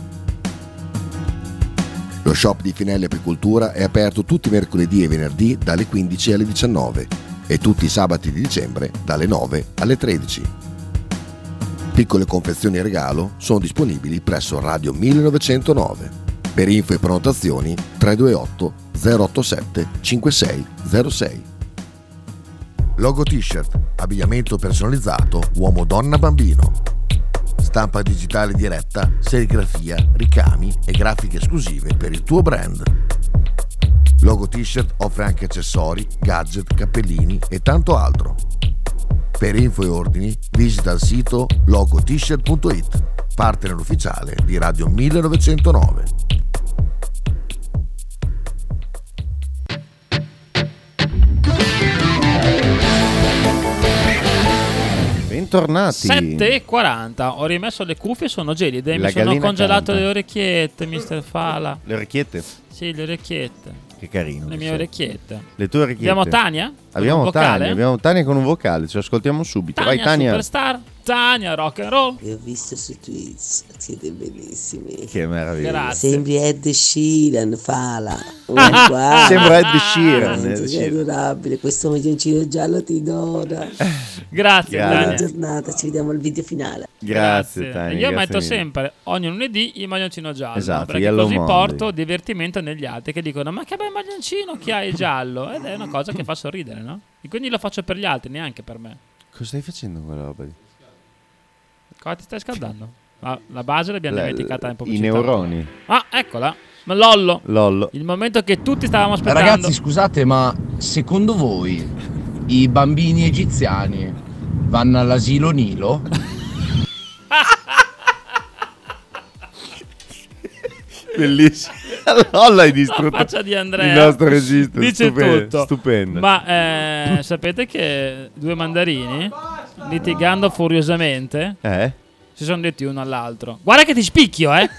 Lo shop di Finelli Apicoltura è aperto tutti i mercoledì e venerdì dalle quindici alle diciannove e tutti i sabati di dicembre dalle nove alle tredici. Piccole confezioni e regalo sono disponibili presso Radio millenovecentonove. Per info e prenotazioni tre due otto zero otto sette cinque sei zero sei. Logo T-shirt, abbigliamento personalizzato uomo, donna, bambino. Stampa digitale diretta, serigrafia, ricami e grafiche esclusive per il tuo brand. Logo T-shirt offre anche accessori, gadget, cappellini e tanto altro. Per info e ordini visita il sito logo t shirt punto it, partner ufficiale di Radio millenovecentonove. Bentornati. sette e quaranta. Ho rimesso le cuffie, sono gelide. La Mi sono gallina congelato canta. le orecchiette, mister Fala. Le orecchiette? Sì, le orecchiette. Che carino. Le che mie sei. orecchiette. Le tue orecchiette. Abbiamo Tania? Con Abbiamo un vocale? Tania, abbiamo Tania con un vocale, ci ascoltiamo subito. Tania, Vai Tania. Superstar. Tania, rock and roll. Vi ho visto su Twitch, siete bellissimi. Che meraviglia. Grazie. Sembri Ed Sheeran, Fala. Uguale. Sembra Ed Sheeran, Anzi, Ed sei Sheeran. adorabile, questo maglioncino giallo ti dona. Grazie, Buona Tania. giornata, ci vediamo al video finale. Grazie Tania. Io grazie metto mille. sempre ogni lunedì il maglioncino giallo. Esatto, perché Yellow così Monday. porto divertimento negli altri che dicono: ma che bel maglioncino che hai giallo. Ed è una cosa che fa sorridere, no? E quindi lo faccio per gli altri, neanche per me. Cosa stai facendo con quella roba lì? Cosa ti stai scaldando? La, la base l'abbiamo La- dimenticata in I pubblicità. neuroni. Ah, eccola. Ma Lollo. Lollo. Il momento che tutti stavamo aspettando. Ragazzi, scusate, ma secondo voi i bambini egiziani vanno all'asilo Nilo? Bellissimo. Lollo hai distrutto La faccia di Andrea il nostro registro. dice stupendo, tutto. Stupendo. Ma eh, sapete che due mandarini, litigando furiosamente, Eh? si sono detti uno all'altro: guarda che ti spicchio, eh.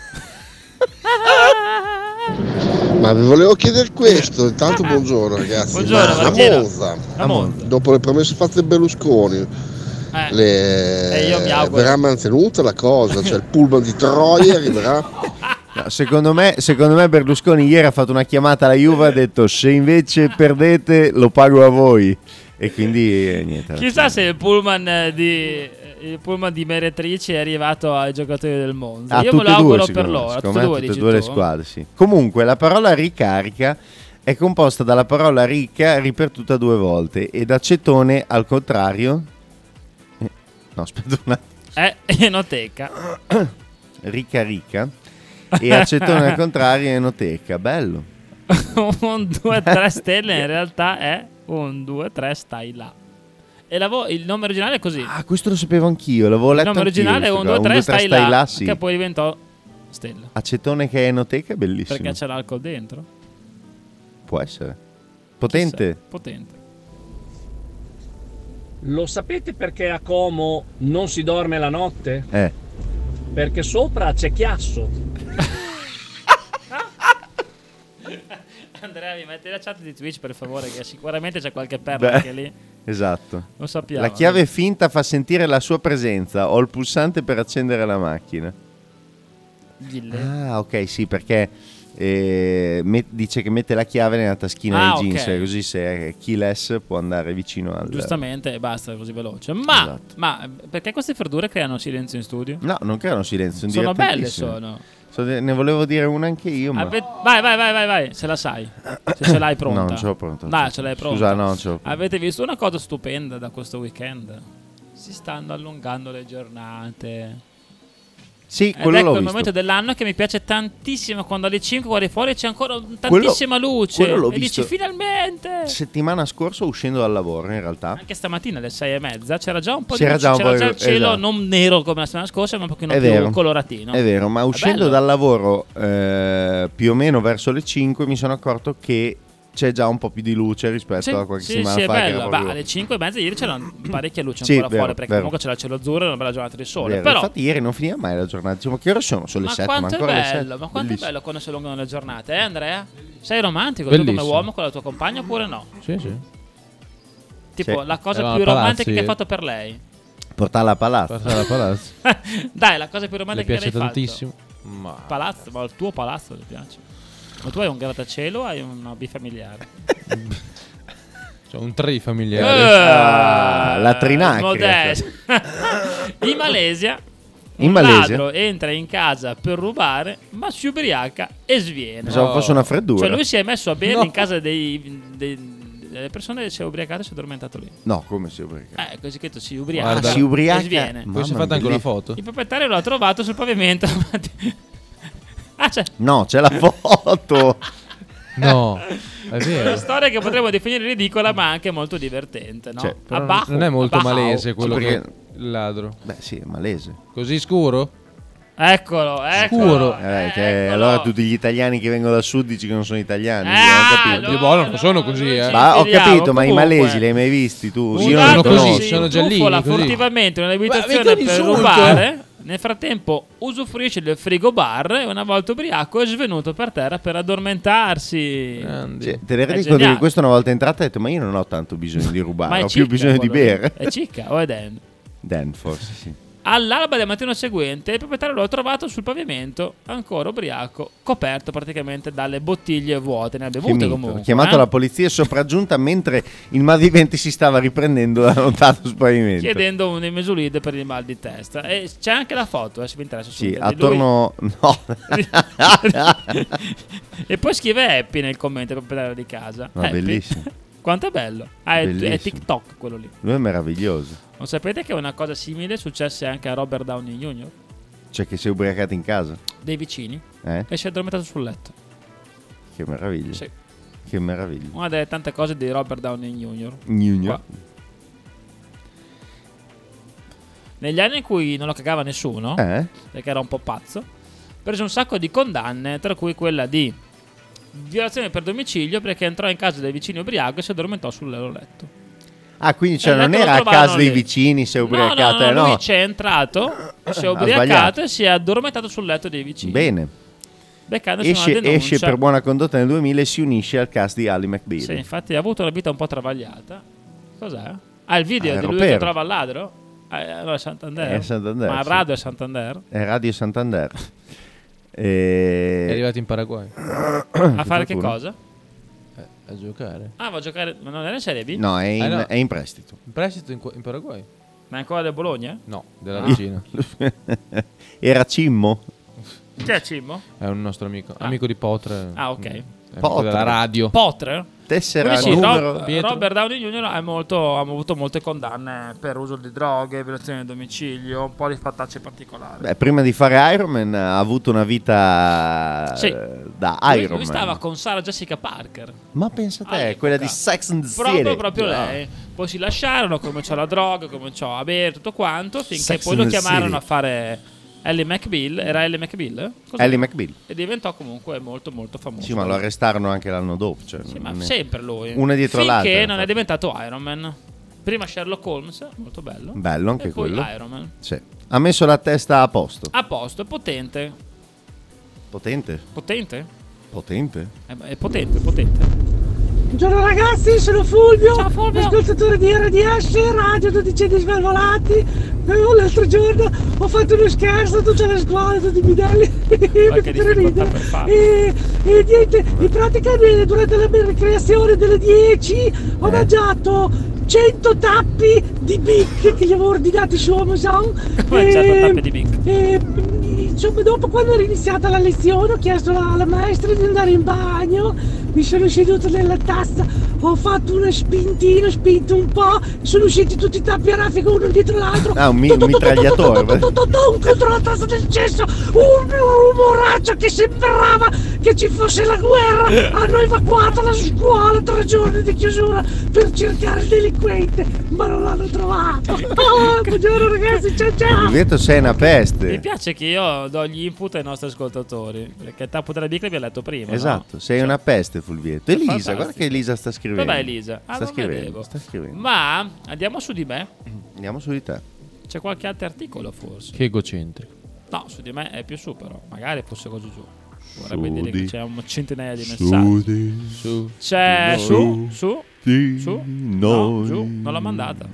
Ma vi volevo chiedere questo, intanto buongiorno ragazzi. Buongiorno, Ma a Martina. Monza, A Monza. dopo le promesse fatte da Berlusconi, Eh. le... Eh, io mi auguro. verrà mantenuta la cosa? Cioè il pullman di Troia arriverà? No, secondo me, secondo me Berlusconi ieri ha fatto una chiamata alla Juve e ha detto: se invece perdete lo pago a voi. E quindi eh, niente. Chissà se il pullman eh, di il pullman di Meretrici è arrivato ai giocatori del Monza. Ah, Io me tutte lo e due, auguro per secondo me. loro. Secondo Tutte e me due, tutte e dici due le tu? squadre, sì. Comunque la parola ricarica è composta dalla parola ricca ripetuta due volte e da acetone al contrario. eh, No, aspetta un attimo. È enoteca. Ricca ricca e acetone al contrario è enoteca. Bello. Un due tre stelle in realtà è un due tre stai là. E la vo- il nome originale è così. Ah, questo lo sapevo anch'io, l'avevo Il letto nome anch'io, originale è questo un qua. due tre stai, là, là, sì. che poi diventò stella. Acetone che è enoteca è bellissimo. Perché c'è l'alcol dentro. Può essere. Potente. Chissà, potente. Lo sapete perché a Como non si dorme la notte? Eh. Perché sopra c'è chiasso. Andrea, mi metti la chat di Twitch per favore, che sicuramente c'è qualche perla Beh. anche lì. Esatto. Lo sappiamo. La chiave finta fa sentire la sua presenza. Ho il pulsante per accendere la macchina. Dille. Ah, ok, sì, perché eh, met- dice che mette la chiave nella taschina Ah, dei jeans, ok. così se è keyless può andare vicino al... Giustamente, e basta, così veloce. Ma, Esatto. ma perché queste freddure creano silenzio in studio? No, non creano silenzio. Sono belle, divertentissime. sono. So- ne volevo dire una anche io, ma... Ave- vai, vai, vai, vai, vai, se la sai. Se ce l'hai pronta. No, non ce l'ho pronta. Dai, ce l'hai pronta. Scusa, no, non ce l'ho pronta. Avete visto una cosa stupenda da questo weekend? Si stanno allungando le giornate. Sì, Ed quello ecco l'ho il visto. momento dell'anno che mi piace tantissimo, quando alle cinque guardi fuori c'è ancora tantissima luce. quello l'ho e visto. dici finalmente. Settimana scorsa uscendo dal lavoro, in realtà. Anche stamattina alle sei e mezza c'era già un po' C'era di luce, già un c'era po' già di- il cielo esatto. non nero come la settimana scorsa, ma un pochino È più vero, coloratino. È vero, ma uscendo bello. dal lavoro eh, più o meno verso le cinque mi sono accorto che c'è già un po' più di luce rispetto Sì, a qualche sì, settimana sì, è fa. che bello. era Bah, proprio- alle cinque e mezza ieri c'era parecchia luce Sì, ancora vero, fuori, perché vero. comunque c'era il cielo azzurro e una bella giornata di sole. Vero, Però, infatti ieri non finiva mai la giornata. Diciamo, che ore sono? Sono le ma sette, ma quanto è ancora le bello, sette. ma quanto è Bellissimo. bello quando si allungano le giornate, eh Andrea? Sei romantico tu come Bellissimo. uomo con la tua compagna oppure no? Sì, sì. Tipo Sì. la cosa Eravamo più a palazzi. romantica che hai fatto per lei? Portarla a palazzo. Portarla a palazzo. Dai, la cosa più Le romantica che piace hai fatto? tantissimo. Ma Palazzo, ma il tuo palazzo le piace? Ma tu hai un grattacielo o hai una bifamiliare? c'è un tri familiare. Ah, la trinacria. Modesto. In Malesia In un Malesia? ladro entra in casa per rubare, ma si ubriaca e sviene. Pensavo fosse una freddura. Cioè lui si è messo a bere No. in casa dei, dei- delle persone, si è ubriacato e si è addormentato lì. No, come si ubriaca? Eh, così che tu si ubriaca. Guarda. Ah, si ubriaca? E sviene. Poi si è Mamma fatta anche mia. una foto. Il proprietario l'ha trovato sul pavimento. Ah, c'è No, c'è la foto. No, è una vero. storia che potremmo definire ridicola, ma anche molto divertente, no? Cioè, Però Abajo, non è molto Abajo. malese quello Sì, che perché- il ladro. Beh, sì, è malese. Così scuro? Eccolo, eccolo. Scuro. Eh, che eccolo. allora tutti gli italiani che vengono dal sud dici che non sono italiani. Ah, io ho capito. Io boh, non sono così, eh. Ma ho Filiamo, capito, ma i comunque. malesi li hai mai visti tu? Un Io non sono li ladro così, si sono giallini, intrufola così. furtivamente in un'abitazione Ma avete per l'insulto? rubare. Nel frattempo usufruisce del frigo bar e una volta ubriaco è svenuto per terra per addormentarsi. Grandi. Cioè, te ne È rendi conto che geniale. questa una volta entrata ha detto ma io non ho tanto bisogno di rubare, Ma è ho più cicca bisogno di quello lì. bere. È cicca o è Dan? Dan forse sì. All'alba del mattino seguente il proprietario l'ha trovato sul pavimento, ancora ubriaco, coperto praticamente dalle bottiglie vuote. Ne ha Che bevute mito. comunque. Ha chiamato eh? la polizia, è sopraggiunta mentre il malvivente si stava riprendendo da lontano sul pavimento. Chiedendo un mesulide per il mal di testa. E c'è anche la foto, eh, se vi interessa. Sì, subito, di attorno... No. lui. E poi scrive Happy nel commento il proprietario di casa. Ma Happy. bellissimo. Quanto è bello. Ah, è, è Bellissimo. TikTok quello lì. Lui è meraviglioso. Non sapete che una cosa simile successe anche a Robert Downey junior? Cioè che si è ubriacato in casa. Dei vicini. Eh? E si è addormentato sul letto. Che meraviglia. Sì. Che meraviglia. Una delle tante cose di Robert Downey junior Junior. Qua. Negli anni in cui non lo cagava nessuno, Eh? perché era un po' pazzo, prese un sacco di condanne, tra cui quella di violazione per domicilio, perché entrò in casa dei vicini ubriaco e si addormentò sul loro letto. Ah, quindi cioè, E non l'altro era lo a trovarono casa dei lì. vicini, si è No, ubriacato, no, eh, no, no. lui c'è entrato, si è Ha ubriacato sbagliato. e si è addormentato sul letto dei vicini. Bene. Beccandosi una Esce, denuncia. esce per buona condotta nel duemila e si unisce al cast di Ally McBeal. Sì, infatti ha avuto una vita un po' travagliata. Cos'è? Ah, il video Ah, di lui Ropero. che trova il ladro? Ah, no, è Santander. È Santander, Ma il sì. radio è Santander. È Radio Santander. È E... arrivato in Paraguay. A fare che fortuna. cosa? Eh, a giocare. Ah, va a giocare. Ma non era in Serie B? No, è in, Eh, no. è in prestito. In prestito in, in Paraguay? Ma è ancora del Bologna? No, della Ah. vicina. Era Cimmo? Chi è Cimmo? È un nostro amico. Ah. Amico di Potre. Ah, ok. È amico Potre. della radio. Potre? Tessera Quindi sì, numero... Rob- Robert Downey junior ha, molto, ha avuto molte condanne per uso di droghe, violazione di domicilio, un po' di fattacce particolari. Beh, prima di fare Iron Man ha avuto una vita Sì. eh, da Lui- Iron lui Man. stava con Sarah Jessica Parker. Ma pensa te, All'epoca. quella di Sex and the City. Proprio, proprio Ah. lei. Poi si lasciarono, cominciò la droga, cominciò a bere tutto quanto, finché Sex poi lo and the chiamarono City. a fare Ellie McBeal. Era Ellie McBeal? Cos'era? Ellie McBeal. E diventò comunque molto molto famoso. Sì, ma lo arrestarono anche l'anno dopo. Cioè, Sì, ma non è- sempre lui. Una dietro Finché l'altra. non è infatti. diventato Iron Man. Prima Sherlock Holmes, molto bello. Bello anche e poi quello. Iron Man. Sì. Ha messo la testa a posto. A posto, potente. Potente. Potente? Potente? È, è potente, potente. Buongiorno ragazzi, sono Fulvio, Ciao, Fulvio. ascoltatore di R D S, radio dodici Svalvolati. Eh, l'altro giorno ho fatto uno scherzo, tutti alla scuola, tutti i bidelli, mi fate ridere. E, e niente, in pratica durante la mia ricreazione delle dieci ho mangiato cento tappi di Bic che gli avevo ordinati su Amazon. cento tappi di Bic. E, insomma, dopo quando era iniziata la lezione ho chiesto alla maestra di andare in bagno, mi sono seduto nella tazza, ho fatto una spintina, ho spinto un po', sono usciti tutti i tappi a raffica uno dietro l'altro. Ah, un mi- mitragliatore. Un contro la tazza del cesso, un rumoraccio che sembrava che ci fosse la guerra. Hanno evacuato la scuola, tre giorni di chiusura per cercare il delinquente, ma non l'hanno trovato. Oh, buongiorno ragazzi, ciao ciao. Fulvietto, sei una Mi peste. piace che io do gli input ai nostri ascoltatori, perché il tappo della Bic l'abbiamo letto prima. Esatto, no? sei una peste, Fulvietto. Elisa, Fantastico. guarda che Elisa sta scrivendo. Dov'è Elisa? Ah, sta non scrivendo, vedevo. sta scrivendo. Ma andiamo su di me. Andiamo su di te. C'è qualche altro articolo forse? Che egocentrico. No, su di me è più su però. Magari fosse così giù. Vorrebbe Su dire di- che c'è un centinaia di su messaggi. di- Su. C'è di su, su, di su. No, noi. giù, non l'ho mandata.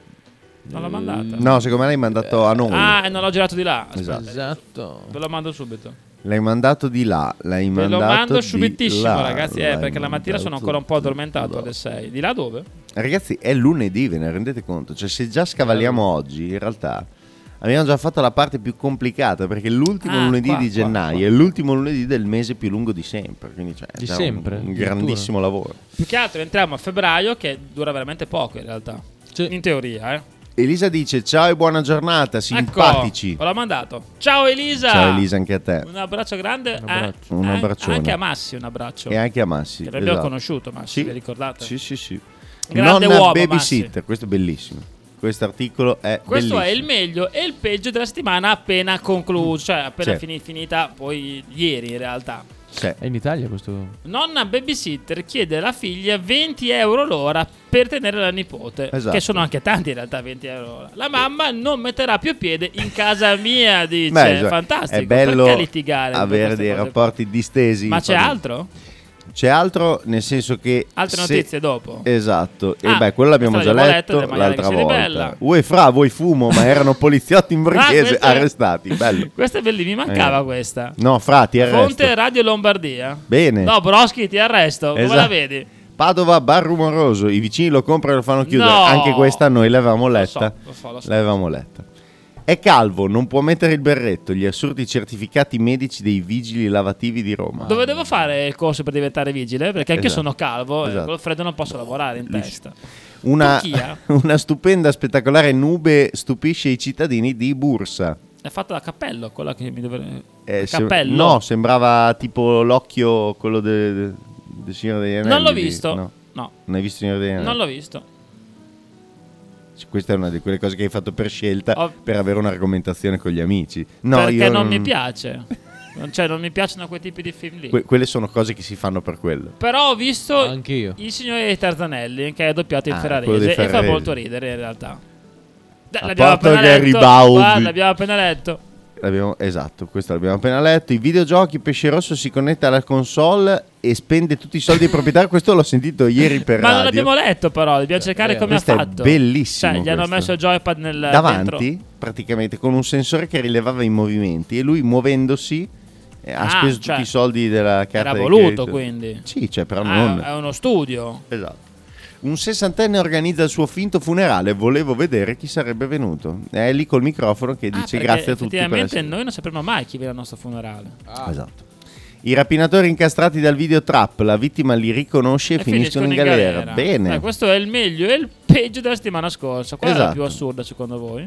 Non l'ho mandata. No, secondo me l'hai mandato a noi. Ah, e non l'ho girato di là. Aspetta. Esatto. Ve lo mando subito. L'hai mandato di là, l'hai Ve mandato lo mando di subitissimo, là, ragazzi. Eh, l'hai perché la mattina sono mandato ancora un po' di addormentato là. alle sei. Di là dove? Ragazzi, è lunedì, ve ne rendete conto? Cioè, se già scavalliamo oggi, in realtà abbiamo già fatto la parte più complicata, perché l'ultimo Ah, lunedì qua, di qua, gennaio qua. è l'ultimo lunedì del mese più lungo di sempre. Quindi, cioè, è Di già sempre? un, un Addirittura? grandissimo lavoro. Più che altro entriamo a febbraio, che dura veramente poco in realtà. In teoria, eh. Elisa dice: ciao e buona giornata, simpatici. Ecco, l'ho mandato. Ciao Elisa. Ciao Elisa, anche a te. Un abbraccio grande. Un a- abbraccio. Un a- abbraccione. Anche a Massi un abbraccio. E anche a Massi. Che l'abbiamo esatto. conosciuto, Massi, Sì. vi ricordate? Sì, sì, sì. Grande Nonna uomo, babysitter, questo è bellissimo. Questo articolo è Questo bellissimo. è il meglio e il peggio della settimana appena concluso, cioè appena Sì. fini- finita poi ieri in realtà. Sì. È in Italia questo? Nonna babysitter chiede alla figlia venti euro l'ora per tenere la nipote, Esatto. che sono anche tanti in realtà venti euro l'ora. La mamma non metterà più piede in casa mia, dice. Beh, cioè, Fantastico. è bello Perché litigare per avere queste dei cose? rapporti distesi. Ma c'è Vabbè. altro? C'è altro, nel senso che Altre se- notizie dopo? Esatto. E Ah, beh, quello l'abbiamo questa già l'abbiamo letta, letto magari l'altra che si volta. ribella. Ue fra, voi fumo, ma erano poliziotti in Ah, borghese questa è- arrestati. Bello. Questa è bellissima, mi mancava Eh. questa. No, fra, ti arresto. Fonte Radio Lombardia. Bene. No, Broschi, ti arresto. Come Esatto. la vedi? Padova, bar rumoroso. I vicini lo comprano e lo fanno chiudere. No. Anche questa noi l'avevamo Lo letta. so, lo so, lo so. L'avevamo letta. È calvo, non può mettere il berretto. Gli assurdi certificati medici dei vigili lavativi di Roma. Dove devo fare il corso per diventare vigile? Perché anche Esatto. sono calvo Esatto. e col freddo non posso lavorare in Liscio. testa. Una, Turchia? una stupenda, spettacolare nube stupisce i cittadini di Bursa. È fatta da cappello, quella che mi deve... Eh, se- cappello? no, sembrava tipo l'occhio, quello del de Signore degli Anelli. Non l'ho di- visto. No. No. Non hai visto il Signore degli Anelli? Non l'ho visto. Questa è una di quelle cose che hai fatto per scelta, Oh. per avere un'argomentazione con gli amici. No, Perché io non mi piace. Non- Cioè, non mi piacciono quei tipi di film lì. Que- quelle sono cose che si fanno per quello. Però ho visto Anch'io. Il Signore dei Tarzanelli, che è doppiato in Ah, quello dei ferrarese, e fa Ferrarese. molto ridere in realtà. Dai, A l'abbiamo parte appena Gary letto. Baubi. Guarda, l'abbiamo appena letto. L'abbiamo- esatto, questo l'abbiamo appena letto. I videogiochi, Pesce Rosso si connette alla console e spende tutti i soldi dei proprietari. Questo l'ho sentito ieri per Ma radio. non l'abbiamo letto, però. Dobbiamo cercare eh, come ha questo è fatto. bellissimo Cioè, gli hanno questo. messo il joypad nel davanti, dentro. praticamente, con un sensore che rilevava i movimenti. E lui, muovendosi, eh, ha Ah, speso cioè, tutti i soldi della carta Era di voluto, credito. quindi. Sì, cioè, però Ah, non. è uno studio. Esatto. Un sessantenne organizza il suo finto funerale. Volevo vedere chi sarebbe venuto. È lì col microfono che Ah, dice perché grazie a tutti per effettivamente essere. noi non sapremo mai chi viene al nostro funerale. Esatto. I rapinatori incastrati dal video trap. La vittima li riconosce e, E finiscono in galera. Bene. Eh, questo è il meglio e il peggio della settimana scorsa. Qual è la Esatto. più assurda secondo voi?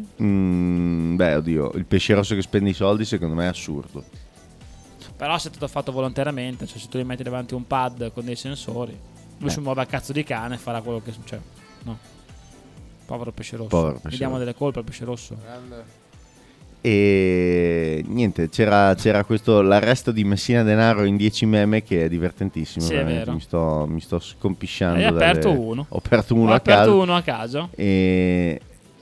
Mm, beh, oddio, il pesce rosso che spende i soldi secondo me è assurdo. Però se è stato fatto volontariamente, cioè se tu gli metti davanti un pad con dei sensori, lui Eh. si muove a cazzo di cane e farà quello che succede. No. Povero pesce rosso. Povero pesce Gli diamo rosso. delle colpe al pesce rosso. E niente, c'era, c'era questo l'arresto di Messina Denaro in dieci meme che è divertentissimo. Sì, è veramente. vero. Mi sto, mi sto scompisciando. Hai aperto dalle- uno. Ho aperto uno Ho a aperto caso. uno a caso. E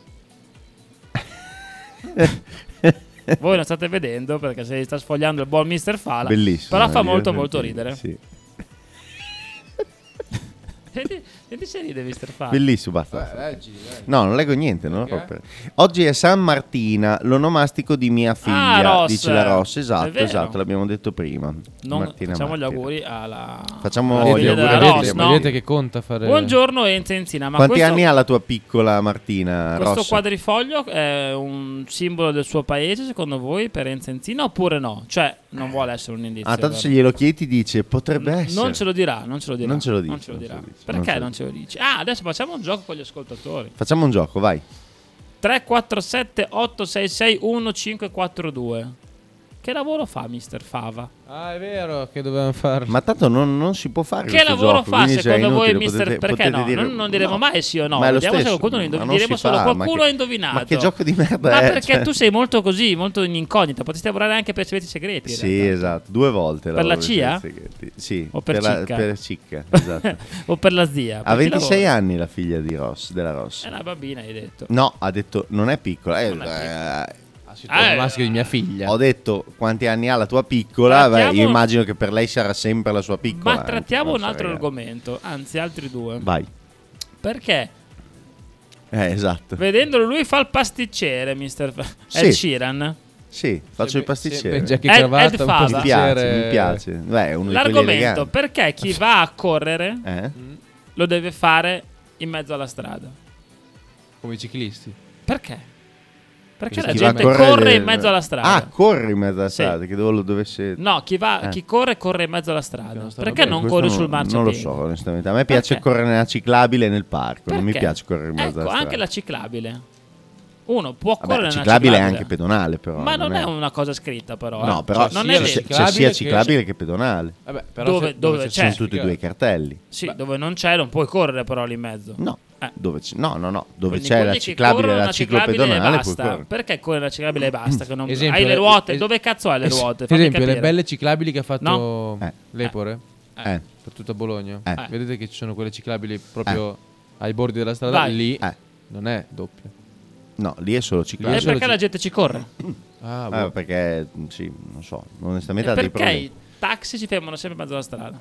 Voi non state vedendo perché se sta sfogliando il buon mister Fala. bellissimo. Però fa eh, molto molto divertente, ridere. Sì. Senti, senti se ride mister Fava. Bellissimo, basta. Eh, leggi, leggi. No, non leggo niente. Non rompere. Oggi è San Martina, l'onomastico di mia figlia. Ah, Ross. Dice la Ross. È Esatto, vero. esatto, l'abbiamo detto prima. Non Martina facciamo gli Martira. auguri alla Facciamo alla gli figlia auguri della a Ross, tutti. no? Vedete che conta fare. Buongiorno Enza Enzina. Ma Quanti questo, anni ha la tua piccola Martina questo Rossa? quadrifoglio è un simbolo del suo paese, secondo voi, per Enza Enzina, oppure no? Cioè, non vuole essere un indizio. Ah, tanto vero? se glielo chiedi dice potrebbe essere. Non ce lo dirà, non ce lo dirà. Non ce lo dice, Non ce lo non dirà. ce lo dice, Perché non non ce lo dici? Ah, adesso facciamo un gioco con gli ascoltatori. Facciamo un gioco, vai. tre quattro sette otto sei sei uno cinque quattro due. Che lavoro fa mister Fava? Ah, è vero che dovevamo fare. Ma tanto non, non si può fare Che questo lavoro gioco, fa quindi, cioè, secondo voi inutile, mister potete- Perché potete no? dire- non, non diremo no. mai sì o no. Ma è lo Vediamo se stesso, qualcuno lo ma indovina. non Diremo si solo fa, qualcuno ma che- ha indovinato. ma che gioco di merda Ma è? perché Cioè- tu sei molto così, molto in incognita. Potresti lavorare anche per segreti segreti. in Sì, realtà. esatto, due volte. Per la lavoro C I A? per i segreti. Sì, O per la, Cicca? per Cicca, esatto. O per la zia. Ha Per chi ventisei lavora? anni la figlia di Ross, della Ross. È una bambina, hai detto. No, ha detto non è piccola. eh, Non è piccola. eh, Ah, Eh, il maschio di mia figlia. Ho detto quanti anni ha la tua piccola. Beh, Trattiamo- io immagino che per lei sarà sempre la sua piccola. Ma trattiamo anche, un non altro so, ragazzi. argomento, anzi altri due. Vai. Perché Eh, esatto. vedendolo lui fa il pasticcere, mister Fa- Sì. Ed Sheeran. Sì, faccio il pasticcere. Sempre giacca e Ed- cravatta, Ed un Fava. Mi piace, pasticcere. mi piace. Beh, è uno di quelli L'argomento, eleganti. perché chi va a correre Eh? lo deve fare in mezzo alla strada? Come i ciclisti. Perché? Perché Perché la chi va a gente correre corre deve- in mezzo alla strada. Ah, corre in mezzo alla Sì. strada, che dove lo dovesse... No, chi, va, Eh. chi corre corre in mezzo alla strada. non sta Perché bene, non Questo corri non- sul marciapiede? Non lo so, onestamente. A me piace Perché? correre nella ciclabile e nel parco. Non mi Perché? piace correre in mezzo Ecco, alla strada. anche la ciclabile. Uno può Vabbè, correre la nella ciclabile è ciclabile. anche pedonale, però. Ma non è una cosa scritta, però. No, eh. però non sia è la vero. c'è, c'è ciclabile sia che- ciclabile che pedonale. Vabbè, però Dove- se- dove c'è c'è? Sono tutti e due i cartelli. Sì, dove non c'è non puoi correre però lì in mezzo. No, Eh. dove c'è, no, no, no. Dove Quindi c'è quelli la che ciclabile e corrono la una ciclabile e ciclopedonale puoi basta. correre. Perché corre la ciclabile e basta? Che non... Esempio, Hai le le- ruote, es- dove cazzo hai le es- ruote? Per Fammi esempio, le capire. belle ciclabili che ha fatto No? Eh. l'Epore Eh, per tutta Bologna. Eh. Vedete che ci sono quelle ciclabili proprio ai bordi della strada. Vai. Lì eh. non è doppia. No, lì è solo E ciclabile. solo perché ci- la gente ci corre? Ah, Eh, boh. perché, sì, non so, onestamente E ha dei perché problemi. i taxi si fermano sempre in mezzo alla strada?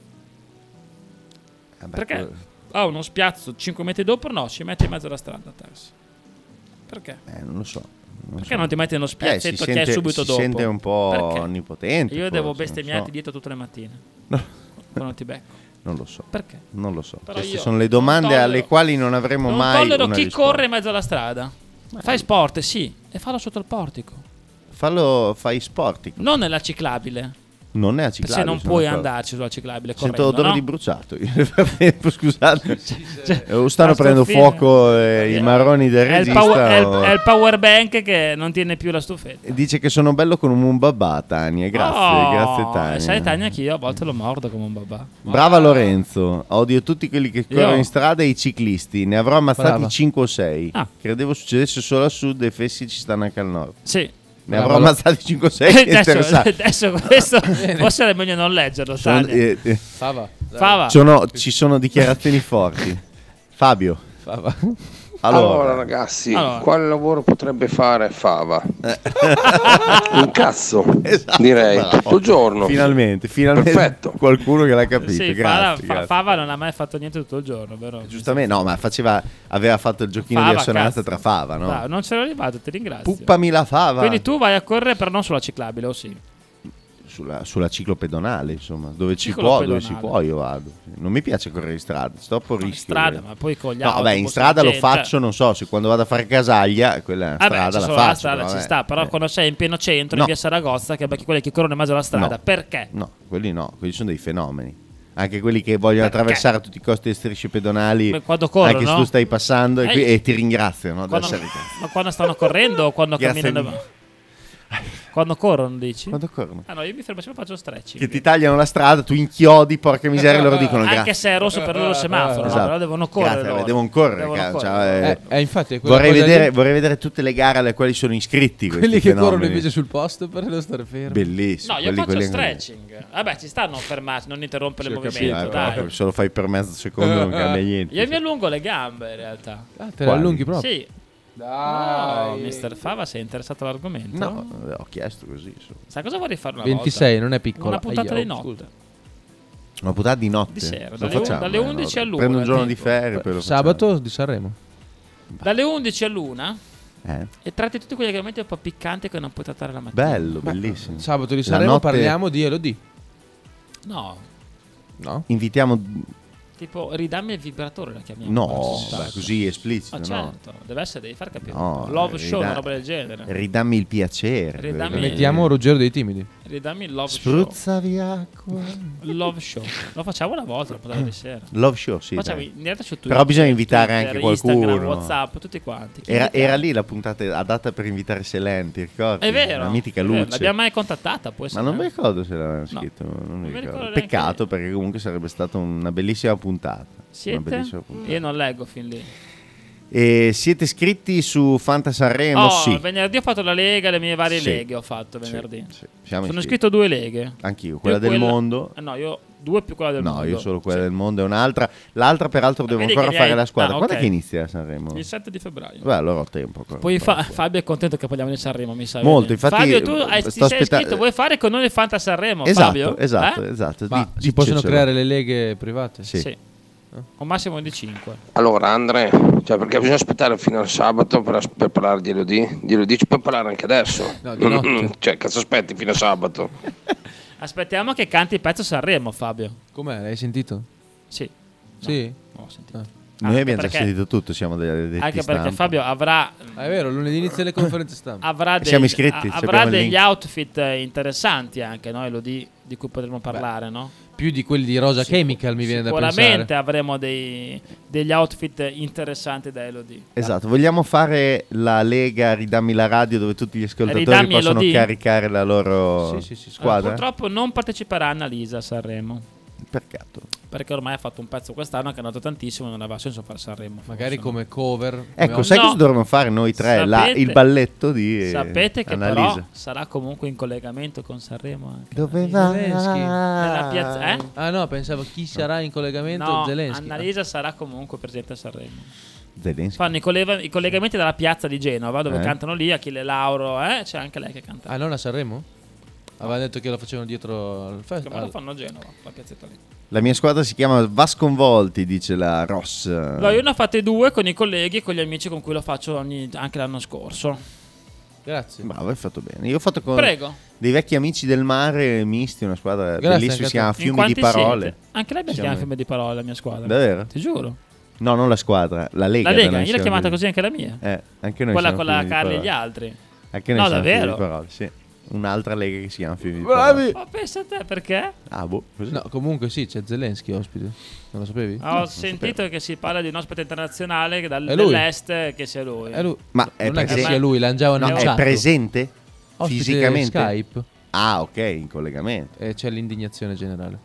Eh, beh, Perché quello- ha uno spiazzo cinque metri dopo, no, si mette in mezzo alla strada il taxi. Perché? Eh, non lo so. non Perché so. non ti metti nello Eh, si spiazzetto che è sente- subito si dopo? sente un po' Perché? onnipotente. Io forse, devo non bestemmiarti so. dietro tutte le mattine. No. Quando ti becco. Non lo so. Perché? Non lo so. Però Queste io sono le non domande tollero- alle quali non avremo Non mai tollero una chi risposta. corre in mezzo alla strada. Fai sport, sì, e fallo sotto il portico. Fallo, fai sport. Non nella ciclabile. Non è a Se ciclabile. non sono puoi d'accordo. andarci sulla ciclabile Sento correndo, odore no? di bruciato. io nel frattempo, scusate. Cioè, Eh, o stanno a sto prendendo fine- fuoco eh, i marroni del È il, regista. power, è il- o- è il power bank che non tiene più la stufetta. Dice che sono bello con un mumbabà, Tania. Grazie, Oh, grazie Tania. Sai Tania che io a volte lo mordo come un babà. Brava Lorenzo, odio tutti quelli che corrono Io- in strada e i ciclisti. Ne avrò ammazzati Brava. cinque o sei. Ah. Credevo succedesse solo a sud e i fessi ci stanno anche al nord. Sì. Ne Brava. avrò ammazzati cinque o sei. adesso, interessante. adesso questo forse è meglio non leggerlo, Sono- Tania. eh, eh, Fava. dai. Fava. sono- ci sono dichiarazioni forti. Fabio. Fava. Allora, Allora, ragazzi, Allora. quale lavoro potrebbe fare Fava? Eh. Un cazzo, Esatto, direi, bravo. tutto il giorno. finalmente, finalmente Perfetto. qualcuno che l'ha capito. Sì, grazie, Fava, fa- grazie. Fava non ha mai fatto niente tutto il giorno, vero? Giustamente, no, ma faceva, aveva fatto il giochino Fava, di assonanza cazzo. tra fava, no? Bravo, non c'ero arrivato, ti ringrazio. Puppami la fava. Quindi tu vai a correre però non sulla ciclabile, o sì? Sulla, sulla ciclopedonale, insomma, dove ci può, Ciclopedonale. dove si può, io vado. Non mi piace correre in strada, è troppo In rischio. strada, ma poi con gli No, vabbè, in autobus, strada la lo gente- faccio, non so, se quando vado a fare casaglia, quella Vabbè, strada c'è la solo faccio. la strada però, ci vabbè. sta, però Eh. quando sei in pieno centro, No. in via Saragozza, che becchi quelli che corrono in mezzo alla strada, No. perché? No, quelli no, quelli sono dei fenomeni. Anche quelli che vogliono Perché? attraversare a tutti i costi le strisce pedonali, Ma quando corrono, anche se tu stai passando e, Eh, qui- e ti ringraziano. Quando, Adesso- ma quando stanno correndo o quando Grazie camminano? mille. Quando corrono, dici? Quando corrono. Ah no, io mi fermo sempre e faccio stretching. Che ti tagliano la strada, tu inchiodi, porca miseria, e loro dicono Anche grazie. se è rosso per loro il semaforo, no? Esatto. Però devono correre. Grazie, loro. devono correre, Devono cazzo, correre. cioè, Eh, eh, infatti è quella vorrei, cosa vedere, lì- vorrei vedere tutte le gare alle quali sono iscritti questi Quelli che fenomeni. corrono invece sul posto per non stare fermi. Bellissimo. No, io quelli- faccio quelli- stretching. Vabbè, ci stanno a fermarsi, non interrompere Sì, il ho movimento, Sì, eh, dai. però se lo fai per mezzo secondo non cambia niente. Io mi allungo le gambe in realtà. Ah, te le Quali? allunghi proprio? Sì. Dai. Oh, mister Fava, sei interessato all'argomento? No, eh, ho chiesto così. insomma. Sai cosa vorrei fare una ventisei, volta? non è piccola. Una puntata Aia, di oh, notte. scusa. Una puntata di notte. Di sera, Lo dalle, facciamo, un- dalle eh, undici no? all'una. Prendo un giorno tipo. di ferie poi lo facciamo. Sabato di Sanremo. Dalle undici all'una. Eh. E tratti tutti quegli argomenti un po' piccanti che non puoi trattare la mattina. Bello, bellissimo. Sabato di La Sanremo notte- parliamo di Elodie. No, No? Invitiamo. tipo ridammi il vibratore, la chiamiamo. No, quella puntata. beh, così esplicito. Ma no. certo, deve essere, devi far capire. No, Love show, rida- una roba del genere. Ridammi il piacere. Ridammi- Mettiamo Ruggero dei Timidi. Ridammi il love Spruzza via acqua. show. Love show. Lo facciamo una volta, la puntata di sera. Love show, sì. Facciamo dai. in diretta su Twitter, Però bisogna invitare Twitter, anche Instagram, qualcuno. WhatsApp, tutti quanti. Chi Era, invitiamo? era lì la puntata adatta per invitare Selen, ti ricordi? È vero. La mitica è vero, Luce. L'abbiamo mai contattata, può Ma essere. non mi ricordo se l'avevano No. scritto. Non mi Non mi ricordo. ricordo neanche Peccato perché comunque sarebbe stata una bellissima puntata. Una Siete? bellissima puntata. Io non leggo fin lì. E siete iscritti su Fanta Sanremo? Oh, sì. venerdì ho fatto la lega, le mie varie Sì. leghe ho fatto Sì, venerdì. sì. Siamo Sono iscritti. iscritto a due leghe. Anch'io, Più quella del mondo. Eh, no, io due più quella del No, mondo. io solo quella del mondo e un'altra. L'altra, peraltro, devo vedi ancora che ne fare hai- la squadra. Ah, Quando ok. è che inizia Sanremo? Il sette di febbraio. Beh, allora ho tempo ancora. Poi fa- Fabio è contento che parliamo di Sanremo, mi sa. Molto, bene. infatti, Fabio, tu hai, sto ti sei aspetta- iscritto, vuoi fare con noi il Fanta Sanremo, Esatto, Fabio? esatto, Eh? esatto. Ma Di- si possono dicecelo. creare le leghe private? Sì. Sì. Un massimo di cinque. Allora Andre, cioè perché bisogna aspettare fino al sabato per, per parlare di Elodie? Di Elodie ci puoi parlare anche adesso. No, di notte. Cioè, cazzo aspetti fino a sabato? Aspettiamo che canti il pezzo Sanremo, Fabio. Com'è? L'hai sentito? Sì. Sì? No, ho sentito. Ah. Noi Anche abbiamo già perché- sentito tutto, siamo dei, dei Anche stampa. perché Fabio avrà Ah, è vero, lunedì inizia le conferenze stampa. avrà, degli, Siamo iscritti, a- ci avrà abbiamo il degli link. outfit eh, interessanti anche, no? Elodie, di cui potremo parlare, no? Più di quelli di Rosa Sicur- Chemical mi viene da Sicuramente pensare. avremo dei, degli outfit interessanti da Elodie. Esatto, vogliamo fare la Lega Ridammi la radio dove tutti gli ascoltatori Ridammi possono Elodie? caricare la loro Sì, sì, sì, squadra? Purtroppo non parteciperà Annalisa a Sanremo. Peccato. Perché ormai ha fatto un pezzo quest'anno che è andato tantissimo, non aveva senso fare Sanremo. Magari forse, come cover. come Ecco, oggi. sai No. cosa dovremmo fare noi tre? La- Sapete- il balletto di eh, Sapete che Annalisa. però sarà comunque in collegamento con Sanremo anche. Dove Zelensky. Nella piazza, eh? Ah no, pensavo chi sarà in collegamento No, Zelensky. Annalisa sarà comunque presente a Sanremo. Zelensky. Fanno i, collega- i collegamenti dalla piazza di Genova dove Eh. cantano lì, Achille Lauro, eh? C'è anche lei che canta. Ah, non a Sanremo? Aveva detto che lo facevano dietro al Come festival. lo fanno a Genova, la piazzetta lì. La mia squadra si chiama Vasconvolti, dice la Ross. No, io ne ho fatte due con i colleghi e con gli amici con cui lo faccio ogni- anche l'anno scorso. Grazie. Bravo, hai fatto bene. Io ho fatto con Prego. dei vecchi amici del mare misti, una squadra Grazie bellissima, anche a si chiama te. In Fiumi di quanti Parole. siete? Anche lei mi Siamo- chiama Fiume di Parole, la mia squadra. Davvero? Ti giuro. No, non la squadra, la Lega. La da Lega, noi io l'ho siamo chiamata di- così anche la mia. Eh, anche noi Quella siamo con la Fiumi di Carli e Parole. gli altri. Anche noi No, siamo Fiumi davvero? di Parole, sì. Un'altra Lega che si chiama Fiumi di Bravi! Parole. Ma pensa a te, perché? Ah, boh, così. No, comunque sì, c'è Zelensky ospite. Non lo sapevi? Ho sentito che si parla di un ospite internazionale dal- È lui. dell'est che sia lui. È lui. Ma è non è che presente? sia lui, l'hanno già No, annunciato. è presente? Ospite Fisicamente? Skype. Ah, ok, in collegamento. E c'è l'indignazione generale.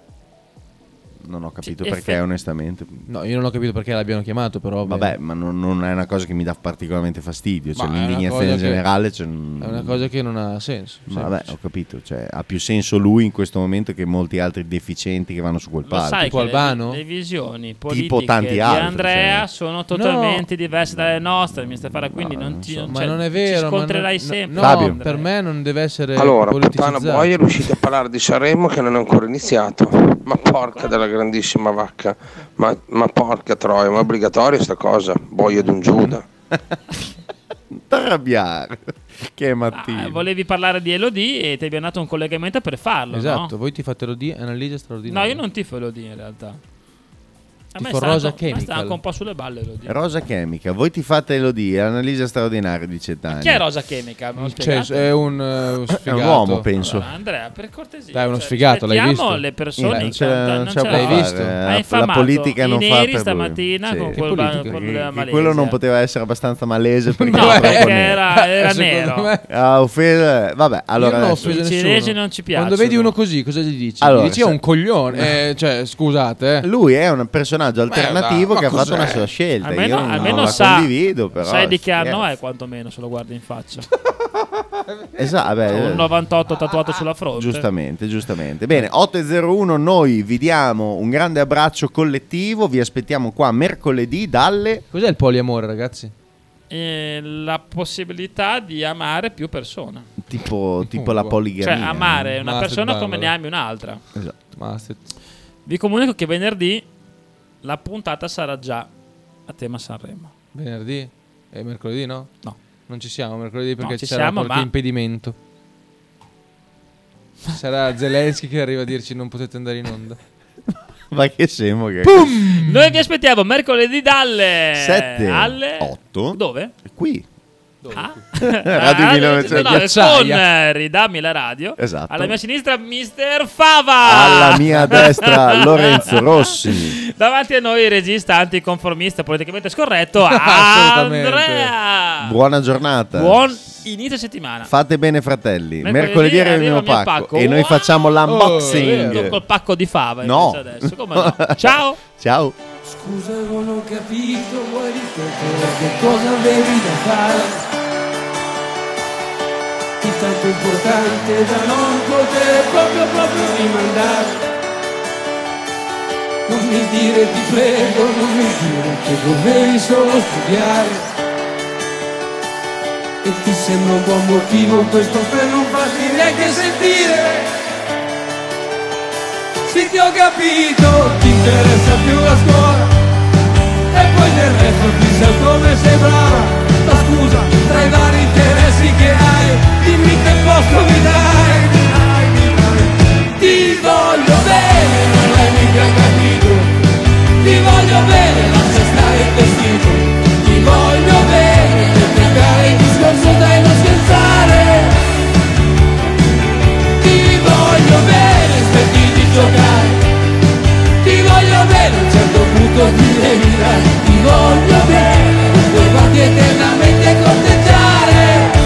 Non ho capito Sì, perché, effe- onestamente. No, io non ho capito perché l'abbiano chiamato, però. Vabbè, ma non, non è una cosa che mi dà particolarmente fastidio. Cioè, Ma è una l'indignazione cosa che- generale. Cioè, È una cosa che non ha senso. Ma Sì. vabbè, ho capito. Cioè, ha più senso lui in questo momento che molti altri deficienti che vanno su quel Lo palco. sai Tipo che le, Albano? le visioni politiche tanti di altri, Andrea cioè. sono totalmente diverse dalle nostre, mister Farah, quindi non ti non- Ma cioè, non è ci vero. ma scontrerai non- sempre. No, Fabio. per me non deve essere. Allora, politicizzato. Puttana Boia è riuscito a parlare di Sanremo che non è ancora iniziato. Ma porca della grandissima vacca. Ma, ma porca troia, ma è obbligatoria sta cosa? Boia d'un Giuda. Non arrabbiare. Che Ah, mattino. volevi parlare di Elodie e ti abbiamo dato un collegamento per farlo, Esatto, no? voi ti fate lo di Annalisa No, straordinaria. io non tifo Elodie in realtà. A me Tifo sta Rosa anche- a me sta Chemical. anche un po' sulle balle Elodie. Rosa Chemica, voi ti fate Elodie, Annalisa straordinaria, dice Tania. Chi è Rosa Chemica? Me lo Cioè, spiegate? è un uh, sfigato. È un uomo, penso. Allora, Andrea, per cortesia. Dai, uno cioè, sfigato, l'hai rispettiamo visto? le persone Non in c'è- contatto- non non c'è ce da l'hai fare, visto? eh, Ha la infamato politica non i fa neri per lui. stamattina Sì. con Che quel, politica? con Che- la che Malesia. quello non poteva essere abbastanza malese perché No, era perché troppo nero. era, era Secondo nero. me- Ah, offesa- Vabbè, allora Io non ho adesso- offeso I nessuno. cinesi non ci piacciono. Quando vedi uno così, cosa gli dici? Allora, gli dici è se- un coglione. Eh, cioè, scusate. Eh. lui è un personaggio alternativo ma che ha fatto cos'è? una sua scelta. Almeno, Io non, almeno non la sa, condivido, però. sai di che anno scherzo. è quantomeno se lo guardi in faccia. Esatto, beh, Un novantotto tatuato sulla fronte. Giustamente, giustamente. Bene, otto e zero uno, noi vi diamo un grande abbraccio collettivo, vi aspettiamo qua mercoledì dalle... Cos'è il poliamore, ragazzi? E la possibilità di amare più persone. Tipo, tipo la Cioè, poligamia. Cioè amare una Master persona Barbara. come ne ami un'altra. Esatto. Master. Vi comunico che venerdì la puntata sarà già a tema Sanremo. Venerdì? E mercoledì no? No. Non ci siamo mercoledì perché No, ci ci sarà siamo, qualche ma- impedimento. Sarà Zelensky che arriva a dirci non potete andare in onda. Ma che scemo che Pum! Noi vi aspettiamo mercoledì dalle sette, alle otto. Dove? Qui. Ah. Radio Ah, millenovecento. no, con eh, Ridammi la radio. Esatto. Alla mia sinistra mister Fava. Alla mia destra Lorenzo Rossi. Davanti a noi il regista anticonformista politicamente scorretto Assolutamente. Andrea. Buona giornata. Buon inizio settimana. Fate bene fratelli. Mercoledì Mercoledì arriva il arriva mio il mio pacco, pacco. e noi Wow! facciamo l'unboxing. Io col pacco di fava No. invece adesso. Come no? Ciao. Ciao. Scusa, non ho capito, vuoi ripetere che cosa avevi da fare? Di tanto importante da non poter proprio proprio rimandare. Non mi dire ti prego, non mi dire che dovevi solo studiare. E ti sembra un buon motivo questo per non farti neanche sentire. Sì, ti ho capito, ti interessa più la scuola. E poi del resto chissà come sei brava. Ma scusa, tra i vari interessi che hai, dimmi che posto mi dai. Ti voglio bene, non l'hai mica capito. Ti voglio bene, lascia stare il vestito. Ti voglio bene, per piegare il discorso dai non scherzare. Ti voglio bene, smetti di giocare. Ti voglio bene, a un certo punto ti devi dare. Ti voglio bene, non puoi farti eternamente corteggiare.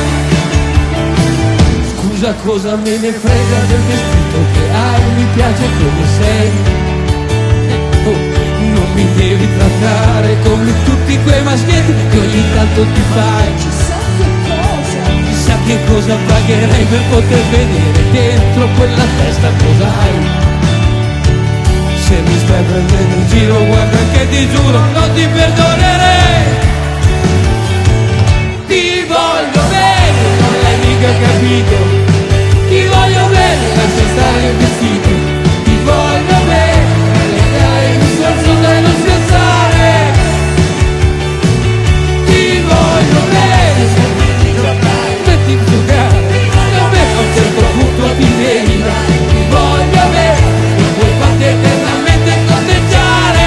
Scusa, cosa me ne frega del vestito che hai, mi piace come sei. Oh, non mi devi trattare come tutti quei maschietti che ogni tanto ti fai. Chissà che cosa, chissà che cosa pagherei per poter vedere dentro quella testa cos'hai. Se mi stai prendendo in giro, guarda che ti giuro non ti perdonerei. Ti voglio bene, non l'hai mica capito. Ti voglio bene, lascia stare il vestito. Ti voglio bene, legare il discorso dai non scherzare. Ti voglio bene, smetti di giocare. Smetti di giocare, per me a un certo punto ti devi dare. Ti voglio bene, non puoi farti eternamente corteggiare.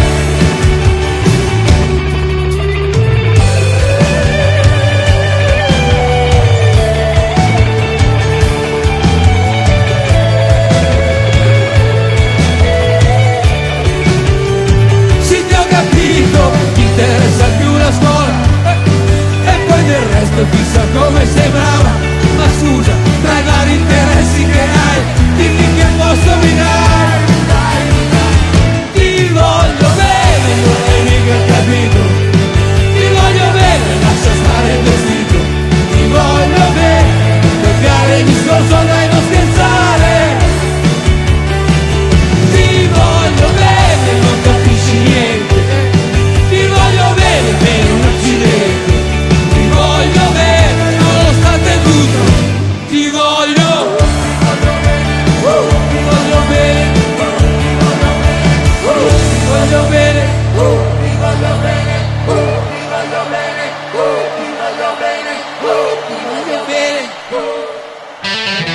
Sì, ti ho capito, ti interessa più la scuola. E poi del resto chissà come sei brava. Ma scusa, tra i vari interessi che hai, dimmi che posto mi dai. Ti voglio bene, non hai mica capito. Ti voglio bene, lascia stare il vestito. Ti voglio bene, toccare il discorso dai non scherzare. Ti voglio bene, non capisci niente. Ti voglio bene, per un accidente. Ti voglio bene, nonostante tutto. Ti voglio, ti voglio bene, ti voglio bene, ti voglio bene, ti voglio bene, ti voglio bene, ti voglio bene, ti voglio bene.